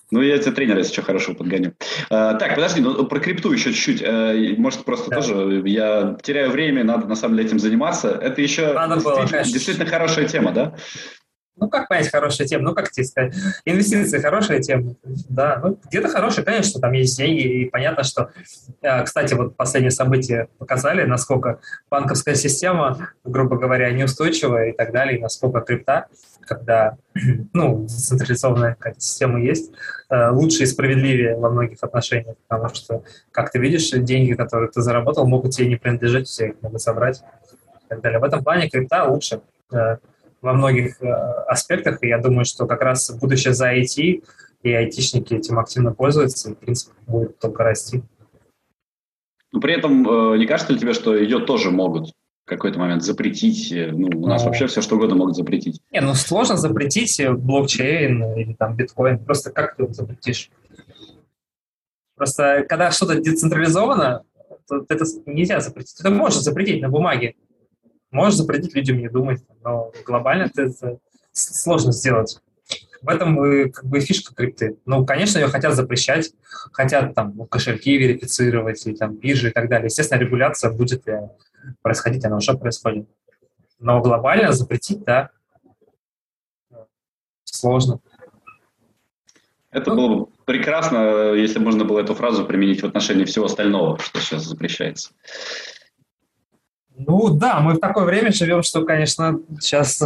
Ну, я тебе тренера, если что, хорошо подгоню. А, так, подожди, ну про крипту еще чуть-чуть. А, может, просто да. тоже я теряю время, надо на самом деле этим заниматься. Это еще надо действительно, было, действительно хорошая тема, да? Ну, как понять хорошая тема? Ну, как тебе сказать? Инвестиции хорошая тема. Да, ну, где-то хорошая, конечно, там есть деньги, и понятно, что... Кстати, вот последние события показали, насколько банковская система, грубо говоря, неустойчивая и так далее, и насколько крипта, когда, ну, децентрализованная какая-то система есть, лучше и справедливее во многих отношениях, потому что, как ты видишь, деньги, которые ты заработал, могут тебе не принадлежать, все их могут собрать и так далее. В этом плане крипта лучше во многих э, аспектах, и я думаю, что как раз будущее за ай ти, и айтишники этим активно пользуются, и, в принципе, будет только расти. Но при этом э, не кажется ли тебе, что ее тоже могут в какой-то момент запретить? Ну, у нас ну, вообще все что угодно могут запретить. Не, ну сложно запретить блокчейн или там биткоин. Просто как ты его запретишь? Просто когда что-то децентрализовано, то это нельзя запретить. Это можно запретить на бумаге. Можешь запретить людям не думать, но глобально это сложно сделать. В этом и, как бы, фишка крипты. Ну, конечно, ее хотят запрещать, хотят там кошельки верифицировать, и там биржи и так далее. Естественно, регуляция будет происходить, она уже происходит. Но глобально запретить, да, сложно. Это ну, было бы прекрасно, если можно было эту фразу применить в отношении всего остального, что сейчас запрещается. Ну да, мы в такое время живем, что, конечно, сейчас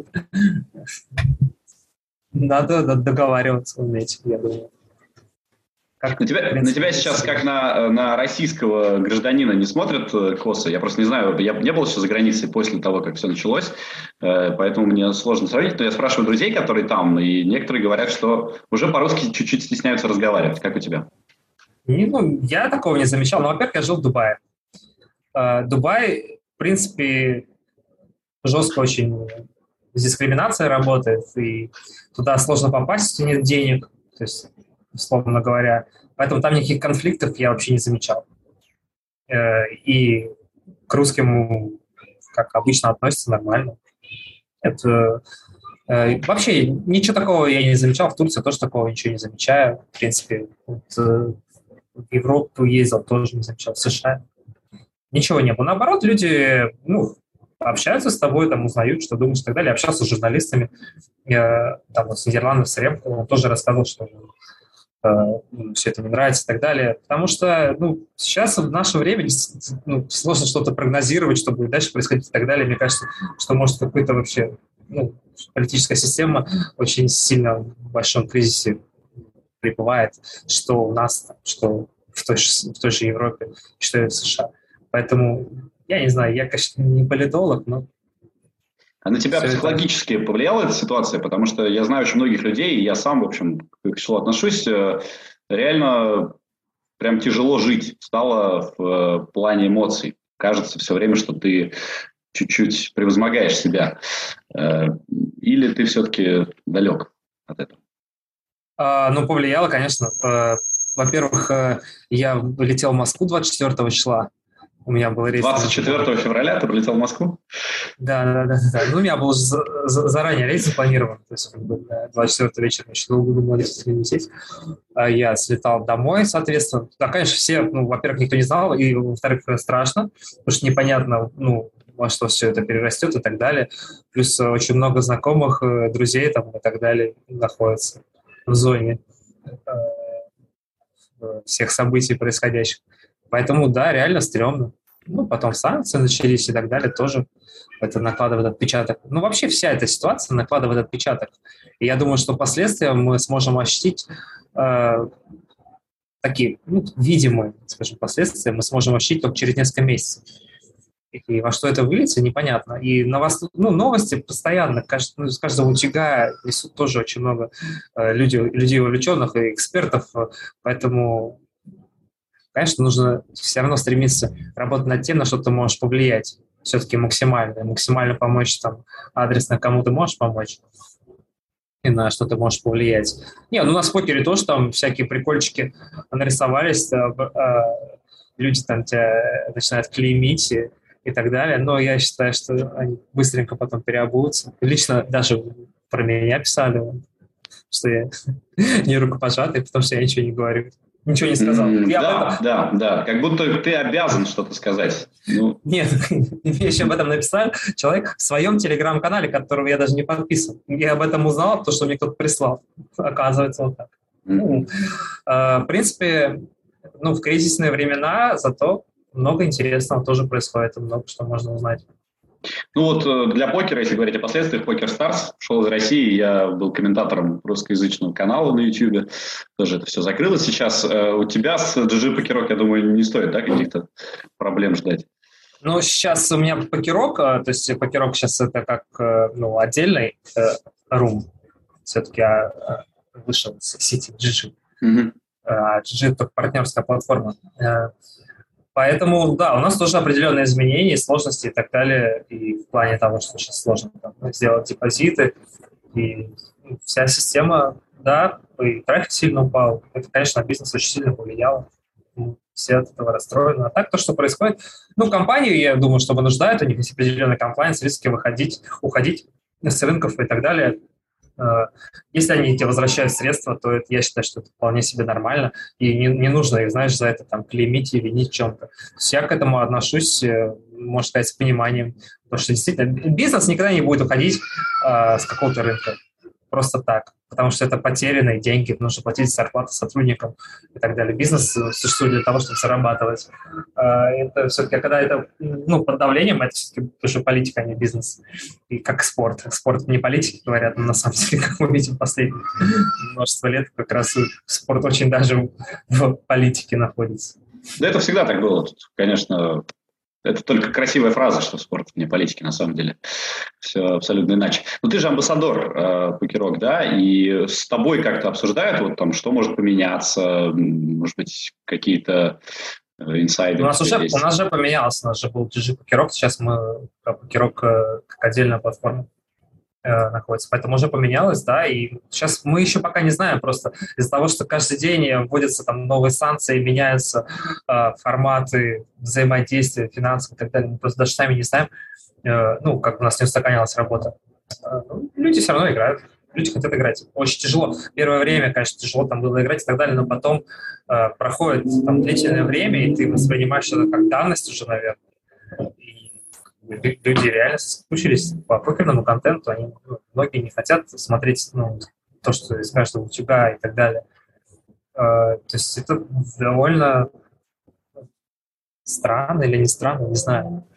надо договариваться уметь, я думаю. Как, на, тебя, принципе, на тебя сейчас, как на, на российского гражданина, не смотрят косо? Я просто не знаю, я не был еще за границей после того, как все началось, поэтому мне сложно сравнить. Но я спрашиваю друзей, которые там, и некоторые говорят, что уже по-русски чуть-чуть стесняются разговаривать. Как у тебя? Ну, я такого не замечал. Но, во-первых, я жил в Дубае. Дубай, в принципе, жестко очень дискриминация работает, и туда сложно попасть, если нет денег, то есть, условно говоря. Поэтому там никаких конфликтов я вообще не замечал. И к русским, как обычно, относятся нормально. Это вообще ничего такого я не замечал. В Турции тоже такого ничего не замечаю. В принципе, вот, в Европу ездил, тоже не замечал. В США ничего не было. Наоборот, люди, ну, общаются с тобой, там, узнают, что думаешь и так далее. Общался с журналистами. Я, там, вот, с Нидерландов, с Рем, он тоже рассказывал, что э, все это не нравится и так далее. Потому что, ну, сейчас в наше время ну, сложно что-то прогнозировать, что будет дальше происходить и так далее. Мне кажется, что может какой-то вообще, ну, политическая система очень сильно в большом кризисе пребывает, что у нас, что в той же, в той же Европе, что и в США. Поэтому, я не знаю, я, конечно, не политолог, но... А на тебя психологически это... повлияла эта ситуация? Потому что я знаю очень многих людей, и я сам, в общем, к чему отношусь, реально прям тяжело жить стало в плане эмоций. Кажется все время, что ты чуть-чуть превозмогаешь себя. Или ты все-таки далек от этого? А, ну, повлияло, конечно. Во-первых, я летел в Москву двадцать четвёртого числа. У меня был рейс... двадцать четвёртого февраля ты прилетел в Москву? Да, да, да, да. Ну, у меня был за, за, заранее рейс запланирован. То есть, как бы, двадцать четвёртого вечера еще долго думал, если лететь. Я слетал домой, соответственно. Да, конечно, все, ну, во-первых, никто не знал, и, во-вторых, страшно, потому что непонятно, ну, во что все это перерастет и так далее. Плюс очень много знакомых, друзей там и так далее находятся в зоне всех событий происходящих. Поэтому, да, реально стрёмно. Ну, потом санкции начались и так далее, тоже это накладывает отпечаток. Ну, вообще вся эта ситуация накладывает отпечаток. И я думаю, что последствия мы сможем ощутить э, такие, ну, видимые, скажем, последствия мы сможем ощутить только через несколько месяцев. И во что это выльется, непонятно. И новост... ну, новости постоянно, кажд... ну, с каждого утюга несут тоже очень много э, людей, людей вовлеченных и экспертов, поэтому... Конечно, нужно все равно стремиться работать над тем, на что ты можешь повлиять. Все-таки максимально. Максимально помочь там адресно кому ты можешь помочь и на что ты можешь повлиять. Не, ну у нас в покере тоже там всякие прикольчики нарисовались, а, а, люди там тебя начинают клеймить и, и так далее. Но я считаю, что они быстренько потом переобуются. Лично даже про меня писали. что я не рукопожатый, потому что я ничего не говорю. Ничего не сказал. Mm, я да, этом... да, да. Как будто ты обязан что-то сказать. Ну... Нет, мне еще об этом написал человек в своем телеграм-канале, которого я даже не подписан. Я об этом узнал, потому что мне кто-то прислал. Оказывается, вот так. Mm-hmm. Ну, э, в принципе, ну, в кризисные времена зато много интересного тоже происходит, и много что можно узнать. Ну вот для покера, если говорить о последствиях, Покер Старс шел из России, я был комментатором русскоязычного канала на YouTube, тоже это все закрылось сейчас. У тебя с джи джи Покерок, я думаю, не стоит, да, каких-то проблем ждать? Ну, сейчас у меня покерок, то есть покерок сейчас это как, ну, отдельный рум, все-таки я вышел с сети джи джи, mm-hmm. а джи джи это только партнерская платформа. Поэтому, да, у нас тоже определенные изменения, сложности и так далее, и в плане того, что сейчас сложно там, сделать депозиты, и вся система, да, и трафик сильно упал. Это, конечно, на бизнес очень сильно повлияло. Все от этого расстроены. А так, то, что происходит, ну, компании, я думаю, что вынуждают, у них есть определенный комплайнс, риски выходить, уходить с рынков и так далее. Если они тебе возвращают средства, то это, я считаю, что это вполне себе нормально, и не, не нужно их, знаешь, за это там клеймить или винить в чем-то. То есть я к этому отношусь, можно сказать, с пониманием, потому что действительно бизнес никогда не будет уходить а, с какого-то рынка просто так, потому что это потерянные деньги, нужно платить зарплату сотрудникам и так далее. Бизнес существует для того, чтобы зарабатывать. Это все-таки, когда это, ну, под давлением, это все-таки уже политика, а не бизнес. И как спорт. Спорт не политики, говорят, но на самом деле, как мы видим последние множество лет, как раз спорт очень даже в политике находится. Да это всегда так было. Тут, конечно, это только красивая фраза, что спорт вне политики, на самом деле. Все абсолютно иначе. Но ты же амбассадор э, Покерок, да, и с тобой как-то обсуждают, вот там, что может поменяться, может быть, какие-то э, инсайды. У нас уже, у нас же поменялось, у нас же был джи джи Покерок, сейчас мы Покерок э, как отдельная платформа э, находится, поэтому уже поменялось, да, и сейчас мы еще пока не знаем, просто из-за того, что каждый день вводятся там новые санкции, меняются э, форматы взаимодействия, финансов и так далее, мы просто даже сами не знаем, э, ну, как у нас не устаканилась работа. Э, люди все равно играют, люди хотят играть. Очень тяжело. Первое время, конечно, тяжело там было играть и так далее, но потом э, проходит там длительное время, и ты воспринимаешь это как данность уже, наверное. Люди реально соскучились по покерному контенту, они, ну, многие не хотят смотреть, ну, то, что из каждого утюга и так далее. Uh, то есть это довольно странно или не странно, не знаю.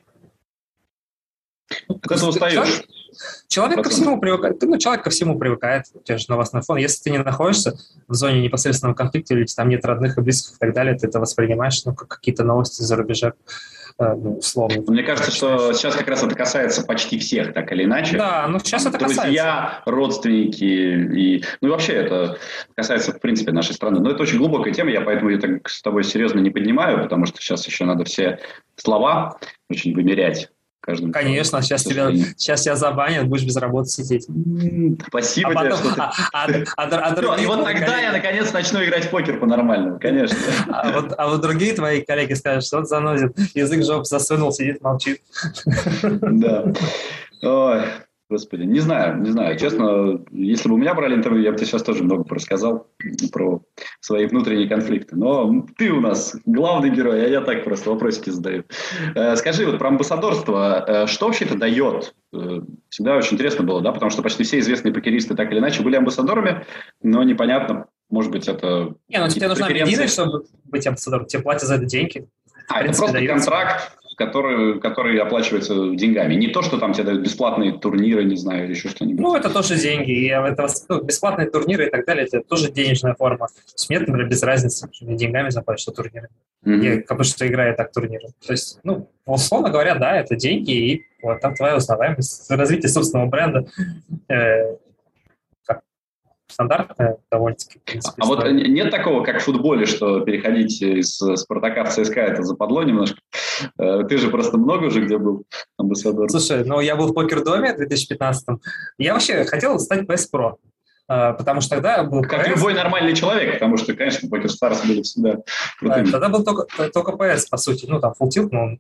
От этого устаешь. Человек, человек ко всему привыкает. Ну, человек ко всему привыкает, у тебя же новостной фон. Если ты не находишься в зоне непосредственного конфликта, или там нет родных и близких и так далее, ты это воспринимаешь, ну, как какие-то новости за рубежа. Ну, условно. Мне кажется, что сейчас как раз это касается почти всех, так или иначе. Да, ну сейчас это касается. Друзья, родственники, и, ну и вообще это касается, в принципе, нашей страны. Но это очень глубокая тема, я поэтому ее так с тобой серьезно не поднимаю, потому что сейчас еще надо все слова очень вымерять. Каждым Конечно, сейчас тебя, сейчас тебя забанят, будешь без работы сидеть. Спасибо а тебе, потом, что ты... А, а, а, а, а и вот тогда коллеги... я наконец начну играть в покер по-нормальному, конечно. А вот, а вот другие твои коллеги скажут, что он заносит, язык в жопу засунул, сидит, молчит. Да. Ой, господи, не знаю, не знаю. Честно, если бы у меня брали интервью, я бы тебе сейчас тоже много рассказал про свои внутренние конфликты. Но ты у нас главный герой, а я так просто вопросики задаю. Скажи, вот про амбассадорство, что вообще это дает? Всегда очень интересно было, да, потому что почти все известные покеристы так или иначе были амбассадорами, но непонятно, может быть, это... Не, ну тебе нужна медийность, чтобы быть амбассадором, тебе платят за это деньги. А, это просто дается. Контракт, который, который оплачивается деньгами. Не то, что там тебе дают бесплатные турниры, не знаю, или еще что-нибудь. Ну, это тоже деньги. И это, ну, бесплатные турниры и так далее, это тоже денежная форма. То есть мне, например, без разницы, что мне деньгами заплатят, что турниры. Mm-hmm. Я, потому что играю так турниры. То есть, ну, условно говоря, да, это деньги, и вот там твоя узнаваемость, развитие собственного бренда. Э, стандартная довольно-таки. Принципе, а вот нет такого, как в футболе, что переходить из Спартака в ЦСКА, это западло немножко? Ты же просто много уже где был амбассадор. Слушай, ну я был в Покердоме в две тысячи пятнадцатом. Я вообще хотел стать пи эс Pro, потому что тогда был Как пи эс. Любой нормальный человек, потому что, конечно, Покер Старс были всегда крутыми. Тогда был только, только пи эс, по сути. Ну, там Full Tilt, но он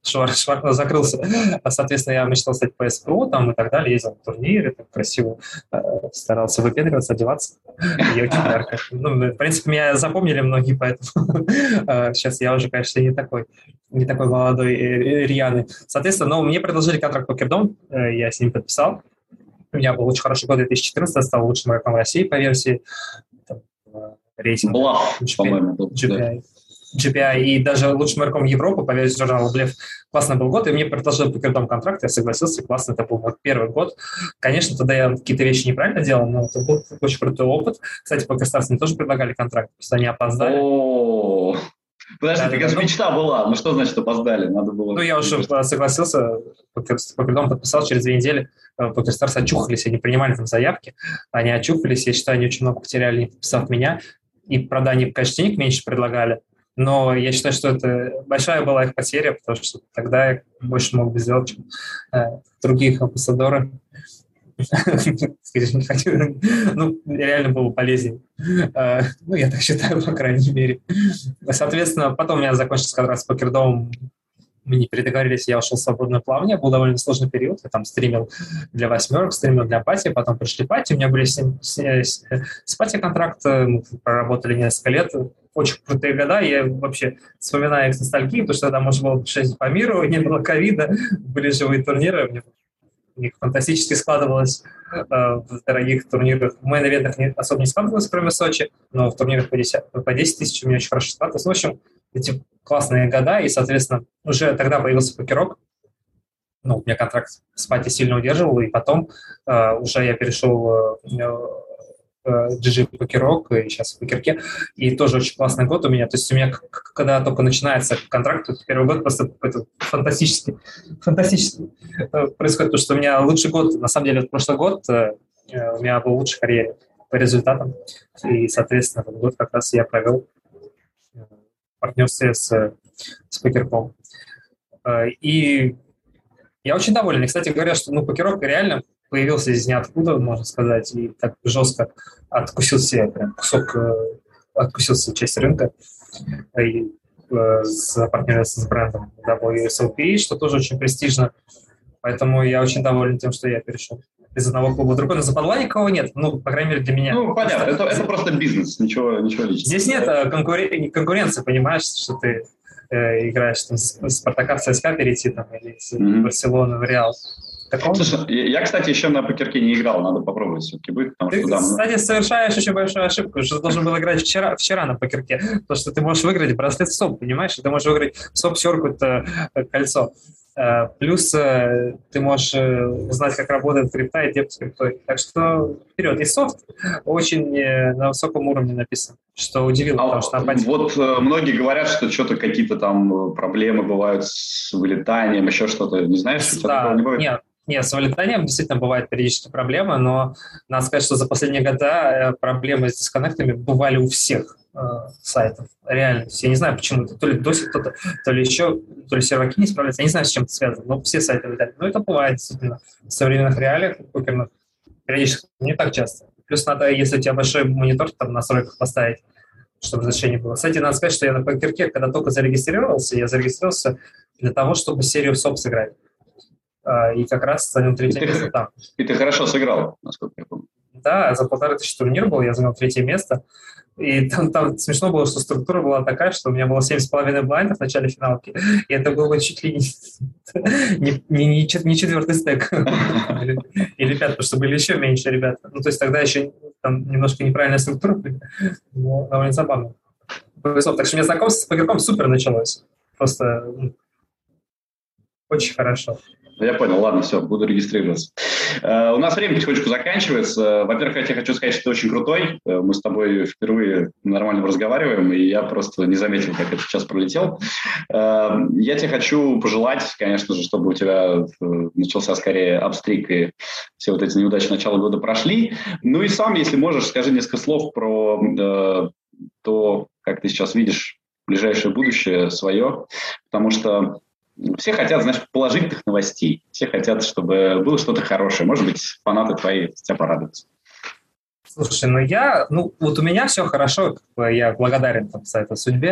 швар, швар, закрылся. Соответственно, я мечтал стать пи эс про там, и так далее, ездил на турниры, так красиво э, старался выпендриваться, одеваться. И очень ярко. Ну, в принципе, меня запомнили многие, поэтому сейчас я уже, конечно, не такой, не такой молодой рьяный. Соответственно, но мне предложили контракт Покердом, я с ним подписал. У меня был очень хороший год, две тысячи четырнадцатый, стал лучшим игроком России по версии там, рейтинга. Блав, по-моему, был. джи пи ай. джи пи ай и даже лучшим игроком Европы по версии журнала Блеф. Классный был год, и мне предложили Покердом контракт, я согласился, классно, это был мой первый год. Конечно, тогда я какие-то вещи неправильно делал, но это был очень крутой опыт. Кстати, PokerStars мне тоже предлагали контракт, просто они опоздали. О, подожди, да, ты да, как да, мечта была, ну что значит опоздали? Надо было... Ну, я уже согласился, Покердом подписал через две недели, PokerStars очухались, они принимали там заявки, они очухались, я считаю, они очень много потеряли, не подписав меня, и, правда, они, конечно, денег меньше предлагали, но я считаю, что это большая была их потеря, потому что тогда я больше мог бы сделать, чем э, другие амбассадоры. Ну, реально было полезнее. Ну, я так считаю, по крайней мере. Соответственно, потом у меня закончился контракт с Покердомом, мы не передоговорились, я ушел в свободное плавание, был довольно сложный период, я там стримил для восьмерок, стримил для пати, потом пришли пати, у меня были с, с, с, с пати контракты, мы проработали несколько лет, очень крутые года, я вообще вспоминаю их с ностальгией, потому что тогда можно было путешествовать по миру, не было ковида, были живые турниры, мне у них фантастически складывалось э, в дорогих турнирах. В мейн-ивентах не, особо не складывалось, кроме Сочи, но в турнирах по десять, по десять тысяч у меня очень хорошо складывалось. В общем, эти классные года, и, соответственно, уже тогда появился покерок. Ну, у меня контракт с пати сильно удерживал, и потом э, уже я перешел э, джи джи покерок, и сейчас в покерке, и тоже очень классный год у меня. То есть у меня, когда только начинается контракт, первый год просто какой-то фантастический, фантастический происходит, потому что у меня лучший год, на самом деле, вот прошлый год у меня был лучший в карьере по результатам, и, соответственно, этот год как раз я провел в партнерстве с, с покерком. И я очень доволен. И, кстати говоря, что ну, покерок реально появился из ниоткуда, можно сказать, и так жестко откусил себе прям кусок, откусил себе часть рынка и запартнерился с брендом дабл ю эс эл пи, что тоже очень престижно. Поэтому я очень доволен тем, что я перешел из одного клуба в другой. Но западла никого нет, ну, по крайней мере, для меня. Ну, понятно, это, это просто бизнес, ничего, ничего личного. Здесь нет конкурен... конкуренции, понимаешь, что ты э, играешь там, с Спартака в ЦСКА перейти там, или с mm-hmm. Барселоны в Реал. Такого? Слушай, я, кстати, еще на покерке не играл, надо попробовать все-таки будет. Потому ты, что, да, кстати, ну... совершаешь очень большую ошибку, что ты должен был играть вчера, вчера на покерке, потому что ты можешь выиграть браслет СОП, понимаешь? Ты можешь выиграть СОП-серку, кольцо. Плюс ты можешь узнать, как работает крипта и деп с криптой. Так что вперед. И софт очень на высоком уровне написан, что удивило, а потому что апатия. Вот многие говорят, что что-то какие-то там проблемы бывают с вылетанием, еще что-то. Не знаешь, что да, такого не бывает? Нет. Нет, с вылетанием действительно бывают периодически проблемы, но надо сказать, что за последние года проблемы с дисконнектами бывали у всех э, сайтов. Реально. Я не знаю, почему. Это то ли досик кто-то, то ли еще, то ли серваки не справляются. Я не знаю, с чем это связано, но все сайты вылетали. Но это бывает действительно в современных реалиях покерных. Периодически, не так часто. Плюс надо, если у тебя большой монитор, там в настройках поставить, чтобы разрешение было. Кстати, надо сказать, что я на покерке, когда только зарегистрировался, я зарегистрировался для того, чтобы серию СОП сыграть. И как раз занял третье и место ты, там. И ты хорошо сыграл, насколько я помню. Да, за полторы тысячи турнир был, я занял третье место. И там, там смешно было, что структура была такая, что у меня было семь с половиной блайндов в начале финалки, и это было чуть ли не, не, не, не четвертый стек или, или пятый, потому что были еще меньше ребят. Ну, то есть тогда еще там немножко неправильная структура, но довольно забавно. Так что у меня знакомство с покерком супер началось. Просто ну, очень хорошо. Я понял, ладно, все, буду регистрироваться. Uh, у нас время потихонечку заканчивается. Во-первых, я тебе хочу сказать, что ты очень крутой. Uh, мы с тобой впервые нормально разговариваем, и я просто не заметил, как этот час пролетел. Uh, я тебе хочу пожелать, конечно же, чтобы у тебя uh, начался скорее апстрик, и все вот эти неудачи начала года прошли. Ну и сам, если можешь, скажи несколько слов про uh, то, как ты сейчас видишь ближайшее будущее свое, потому что все хотят, знаешь, положительных новостей. Все хотят, чтобы было что-то хорошее. Может быть, фанаты твои тебя порадуются. Слушай, ну я, ну вот у меня все хорошо, я благодарен там, за это судьбе.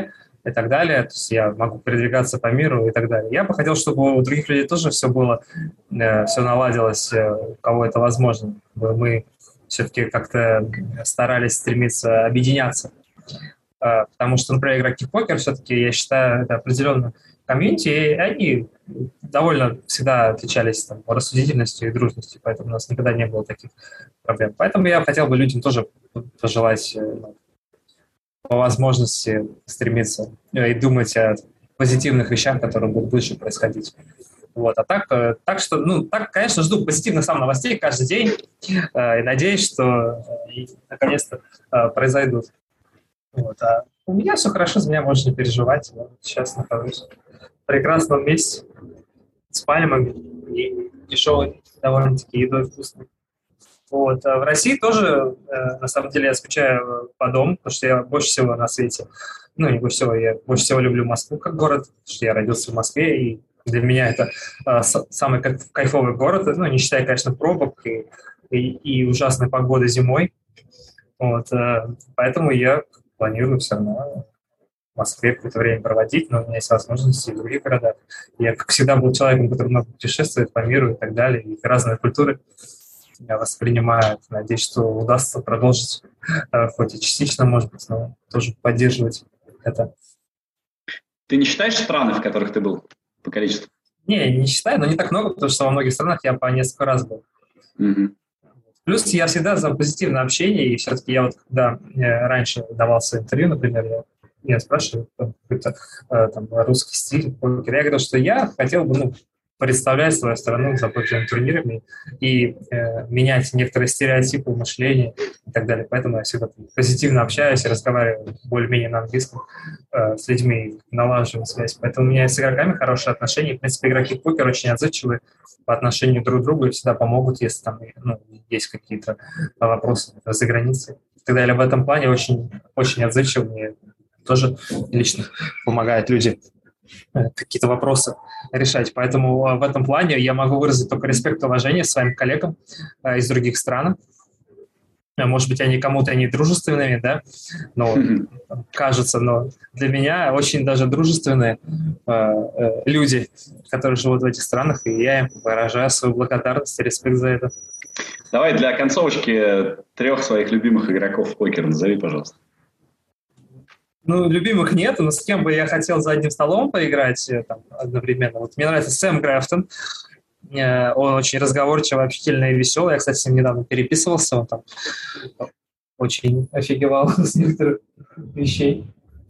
и так далее, то есть я могу передвигаться по миру и так далее. Я бы хотел, чтобы у других людей тоже все было, все наладилось, у кого это возможно. Мы все-таки как-то старались стремиться объединяться. Потому что, например, игроки в покер все-таки, я считаю, это определенно комьюнити, и они довольно всегда отличались там, рассудительностью и дружностью, поэтому у нас никогда не было таких проблем. Поэтому я хотел бы людям тоже пожелать ну, по возможности стремиться и думать о позитивных вещах, которые будут больше происходить. Вот. А так, так что, ну, так, конечно, жду позитивных сам новостей каждый день и надеюсь, что наконец-то произойдут. Вот. А у меня все хорошо, за меня можно не переживать. Я сейчас нахожусь в прекрасном месте с пальмами и дешевой довольно-таки едой вкусной. Вот. А в России тоже, на самом деле, я скучаю по дому, потому что я больше всего на свете, ну, не больше всего, я больше всего люблю Москву как город, потому что я родился в Москве, и для меня это а, самый кайфовый город, ну, не считая, конечно, пробок и, и, и ужасной погоды зимой. Вот. А, поэтому я планирую все равно в Москве какое-то время проводить, но у меня есть возможности и в других городах. Я, как всегда, был человеком, который много путешествует по миру и так далее, и разные культуры я воспринимаю. Надеюсь, что удастся продолжить, хоть и частично, может быть, но тоже поддерживать это. Ты не считаешь страны, в которых ты был по количеству? Не, не считаю, но не так много, потому что во многих странах я по несколько раз был. Mm-hmm. Плюс я всегда за позитивное общение, и все-таки я вот, когда раньше давался интервью, например, я, я спрашиваю какой-то там, русский стиль, я говорил, что я хотел бы ну, представлять свою страну за покерными турнирами и э, менять некоторые стереотипы мышления и так далее. Поэтому я всегда позитивно общаюсь и разговариваю более-менее на английском э, с людьми, налаживаю связь. Поэтому у меня с игроками хорошие отношения. В принципе, игроки в покер очень отзывчивые по отношению друг к другу и всегда помогут, если там ну, есть какие-то вопросы за границей. И так далее. В этом плане очень, очень отзывчивы. Мне тоже лично помогают люди какие-то вопросы решать. Поэтому в этом плане я могу выразить только респект и уважение своим коллегам э, из других стран. Может быть, они кому-то не дружественными, да, но кажется, но для меня очень даже дружественные э, э, люди, которые живут в этих странах, и я им выражаю свою благодарность и респект за это. Давай для концовочки трех своих любимых игроков в покер назови, пожалуйста. Ну, любимых нет, но с кем бы я хотел за одним столом поиграть там, одновременно. Вот мне нравится Сэм Графтон. Он очень разговорчивый, общительный и веселый. Я, кстати, с ним недавно переписывался. Он там очень офигевал с некоторых вещей.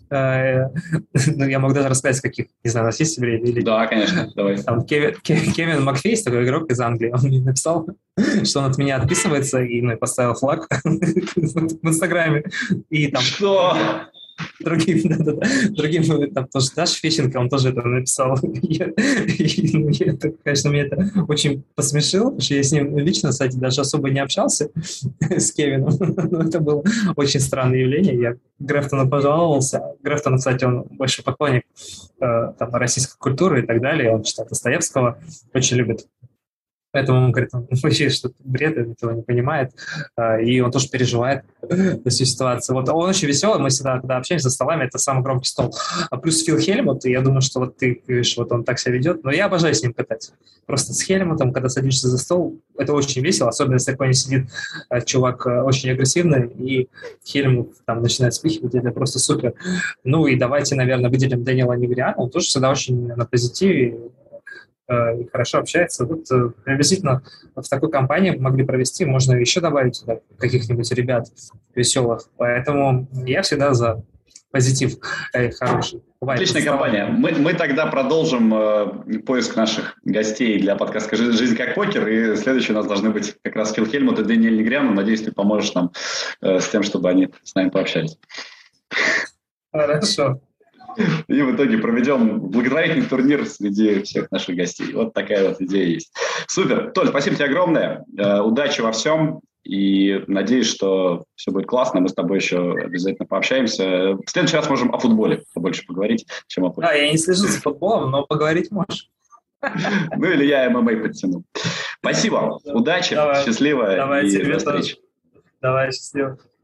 Ну, я могу даже рассказать, каких, не знаю, у нас есть время? Или... Да, конечно, давай. Там Кевин, Кевин Макфейс, такой игрок из Англии, он мне написал, что он от меня отписывается, и ну, поставил флаг в Инстаграме. И там... Что? Другим, да, да, да. Другим, там тоже Даш Фещенко, он тоже это написал. Я, и, ну, я, это, конечно, меня это очень посмешило, потому что я с ним лично, кстати, даже особо не общался с Кевином. Но это было очень странное явление. Я Графтону пожаловался. Графтон, кстати, он большой поклонник э, там, российской культуры и так далее. Он читает Достоевского, очень любит. Поэтому он говорит, он вообще что-то бред, он этого не понимает, и он тоже переживает за всю ситуацию. Вот он очень веселый, мы всегда, когда общаемся за столами, это самый громкий стол. А плюс Фил Хельмут, и я думаю, что вот ты видишь, вот он так себя ведет, но я обожаю с ним катать. Просто с Хельмутом, когда садишься за стол, это очень весело, особенно если такой не сидит чувак очень агрессивный, и Хельмут там начинает спихивать, это просто супер. Ну и давайте, наверное, выделим Дэниела Негриана, он тоже всегда очень на позитиве, и хорошо общается. Вот приблизительно в такой компании могли провести, можно еще добавить туда каких-нибудь ребят веселых. Поэтому я всегда за позитив э, хороший. Бывает, отличная компания. Мы, мы тогда продолжим э, поиск наших гостей для подкаста «Жизнь как покер», и следующие у нас должны быть как раз Фил Хельмут и Дэниэль Негриан. Надеюсь, ты поможешь нам э, с тем, чтобы они с нами пообщались. Хорошо. И в итоге проведем благотворительный турнир среди всех наших гостей. Вот такая вот идея есть. Супер. Толь, спасибо тебе огромное. Э, удачи во всем. И надеюсь, что все будет классно. Мы с тобой еще обязательно пообщаемся. В следующий раз можем о футболе побольше поговорить, чем о покере. Да, я не слежу за футболом, но поговорить можешь. Ну или я эм эм а подтяну. Спасибо. Удачи. Счастливо. Давай, и тебе до встречи. Давай, счастливо.